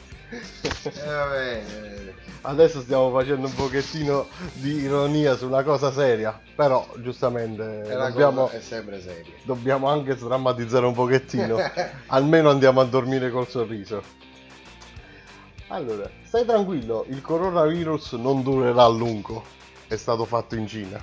S9: Adesso stiamo facendo un pochettino di ironia su una cosa seria, però giustamente
S16: è sempre seria.
S9: Dobbiamo anche sdrammatizzare un pochettino. Almeno andiamo a dormire col sorriso. Allora, stai tranquillo, il coronavirus non durerà a lungo. È stato fatto in Cina.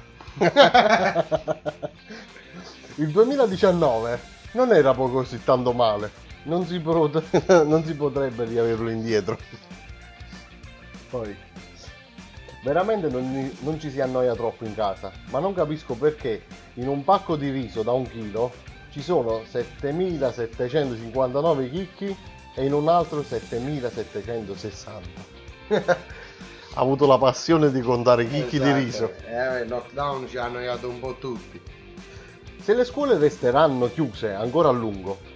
S9: Il 2019 non era poi così tanto male. Non si potrebbe riaverlo indietro. Poi veramente non ci si annoia troppo in casa, ma non capisco perché in un pacco di riso da 1 chilo ci sono 7.759 chicchi e in un altro 7.760. Ha avuto la passione di contare chicchi di riso.
S16: Il lockdown ci ha annoiato un po' tutti.
S9: Se le scuole resteranno chiuse ancora a lungo,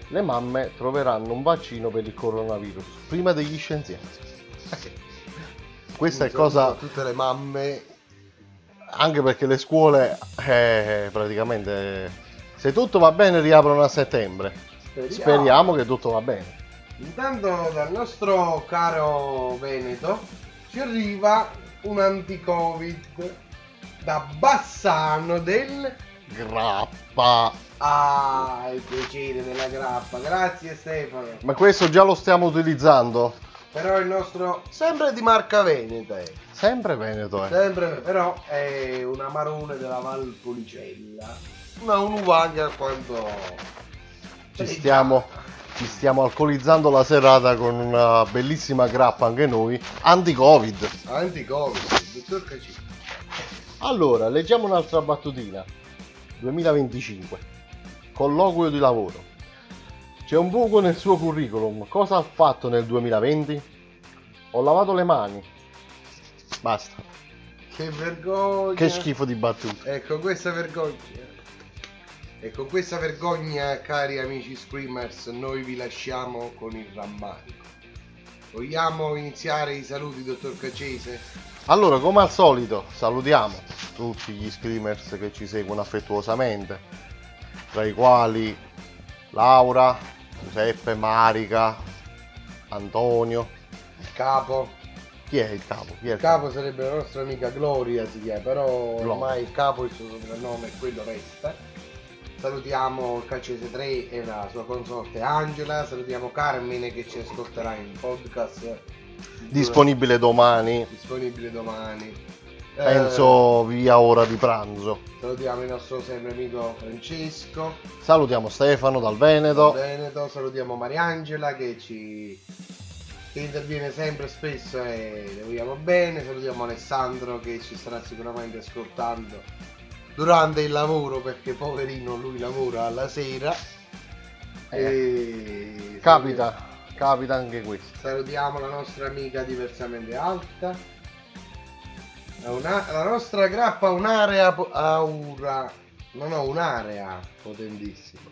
S9: le mamme troveranno un vaccino per il coronavirus prima degli scienziati. Questa è cosa...
S16: Tutte le mamme...
S9: Anche perché le scuole praticamente, se tutto va bene, riaprono a settembre. Speriamo che tutto va bene.
S16: Intanto dal nostro caro Veneto ci arriva un anti-Covid da Bassano del
S9: Grappa.
S16: Ah, il piacere della grappa. Grazie Stefano.
S9: Ma questo già lo stiamo utilizzando.
S16: Però il nostro sempre di marca Veneta è.
S9: Sempre Veneto
S16: Sempre, però è un amarone della Valpolicella. Una uva anche alquanto
S9: ci stiamo alcolizzando la serata con una bellissima grappa anche noi, anti-Covid.
S16: Anti-Covid, dottor Cacci.
S9: Allora, leggiamo un'altra battutina. 2025. Colloquio di lavoro. C'è un buco nel suo curriculum. Cosa ha fatto nel 2020? Ho lavato le mani. Basta.
S16: Che vergogna.
S9: Che schifo di battute.
S16: Ecco, questa vergogna. E con questa vergogna, cari amici Screamers, noi vi lasciamo con il rammarico. Vogliamo iniziare i saluti, dottor Caccese?
S9: Allora, come al solito, salutiamo tutti gli Screamers che ci seguono affettuosamente, tra i quali Laura, Giuseppe, Marica, Antonio.
S16: Il capo.
S9: Chi è il capo?
S16: Il capo sarebbe la nostra amica Gloria, si chiama, però ormai il capo, il suo soprannome è quello resta. Salutiamo il Caccese 3 e la sua consorte Angela, salutiamo Carmine che ci ascolterà in podcast.
S9: Disponibile domani. Penso via ora di pranzo.
S16: Salutiamo il nostro sempre amico Francesco.
S9: Salutiamo Stefano dal Veneto.
S16: Salutiamo Mariangela che interviene sempre spesso e le vogliamo bene. Salutiamo Alessandro che ci starà sicuramente ascoltando durante il lavoro, perché poverino lui lavora alla sera. E
S9: capita anche questo.
S16: Salutiamo la nostra amica diversamente alta. La nostra grappa ha un'area un'area potentissima.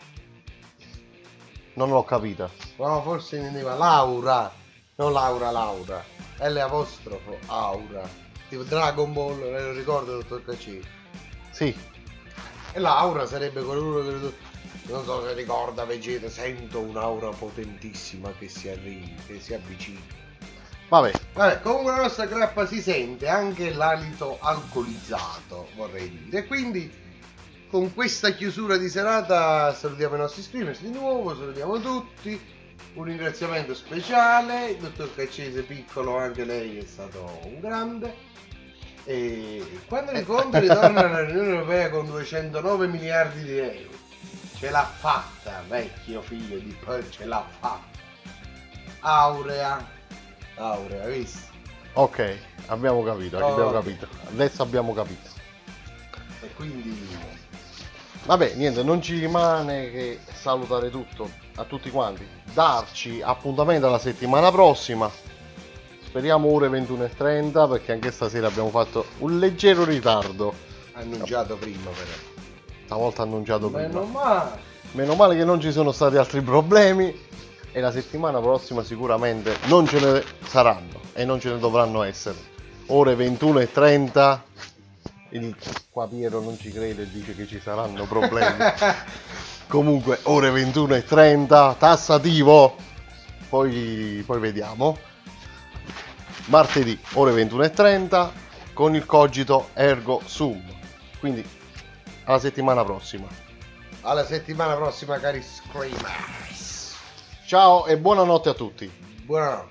S9: Non l'ho capita.
S16: No, forse intendeva Laura. Non Laura. L apostrofo aura. Tipo Dragon Ball, me lo ricordo, dottor Caccini?
S9: Sì.
S16: E l'aura sarebbe quello che non so se ricorda Vegeta, sento un'aura potentissima che si avvicina.
S9: Vabbè,
S16: comunque la nostra grappa si sente anche l'alito alcolizzato, vorrei dire. E quindi con questa chiusura di serata salutiamo i nostri Screamers di nuovo, salutiamo tutti. Un ringraziamento speciale, il dottor Caccese piccolo, anche lei è stato un grande. E quando i conti ritornano all'Unione Europea con 209 miliardi di euro, ce l'ha fatta, vecchio figlio di poi, ce l'ha fatta. Aurea, visto?
S9: Ok, abbiamo capito. Adesso abbiamo capito.
S16: E quindi...
S9: Vabbè, niente, non ci rimane che salutare a tutti quanti. Darci appuntamento alla settimana prossima. Speriamo ore 21:30, perché anche stasera abbiamo fatto un leggero ritardo.
S16: Annunciato prima però.
S9: Stavolta annunciato prima.
S16: Meno
S9: male che non ci sono stati altri problemi. E la settimana prossima sicuramente non ce ne saranno e non ce ne dovranno essere. Ore 21:30. Qua Piero non ci crede e dice che ci saranno problemi. Comunque ore 21:30, tassativo. Poi vediamo. Martedì ore 21:30 con il cogito ergo sum. Quindi alla settimana prossima.
S16: Alla settimana prossima, cari Screamers.
S9: Ciao e buonanotte a tutti.
S16: Buonanotte.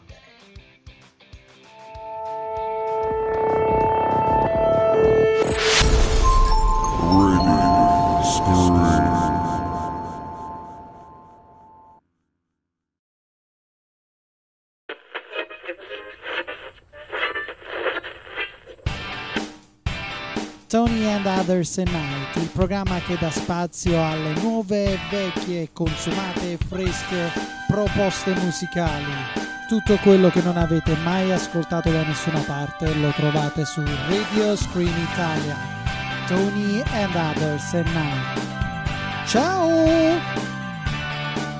S3: Tony and Others at Night, il programma che dà spazio alle nuove, vecchie, consumate e fresche proposte musicali. Tutto quello che non avete mai ascoltato da nessuna parte lo trovate su Radio Scream Italia. Tony and Others at Night. Ciao!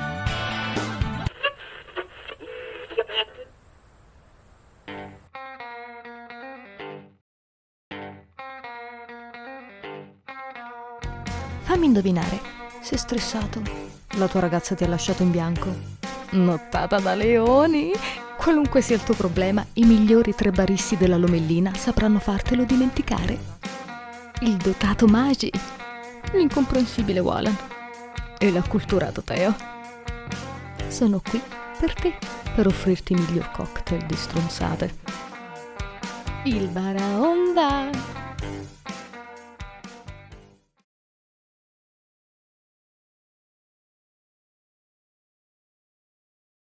S2: Fammi indovinare, sei stressato? La tua ragazza ti ha lasciato in bianco? Nottata da leoni? Qualunque sia il tuo problema, i migliori 3 baristi della Lomellina sapranno fartelo dimenticare. Il dotato Magi, l'incomprensibile Walan e l'acculturato Teo sono qui per te, per offrirti i miglior cocktail di stronzate. Il Baraonda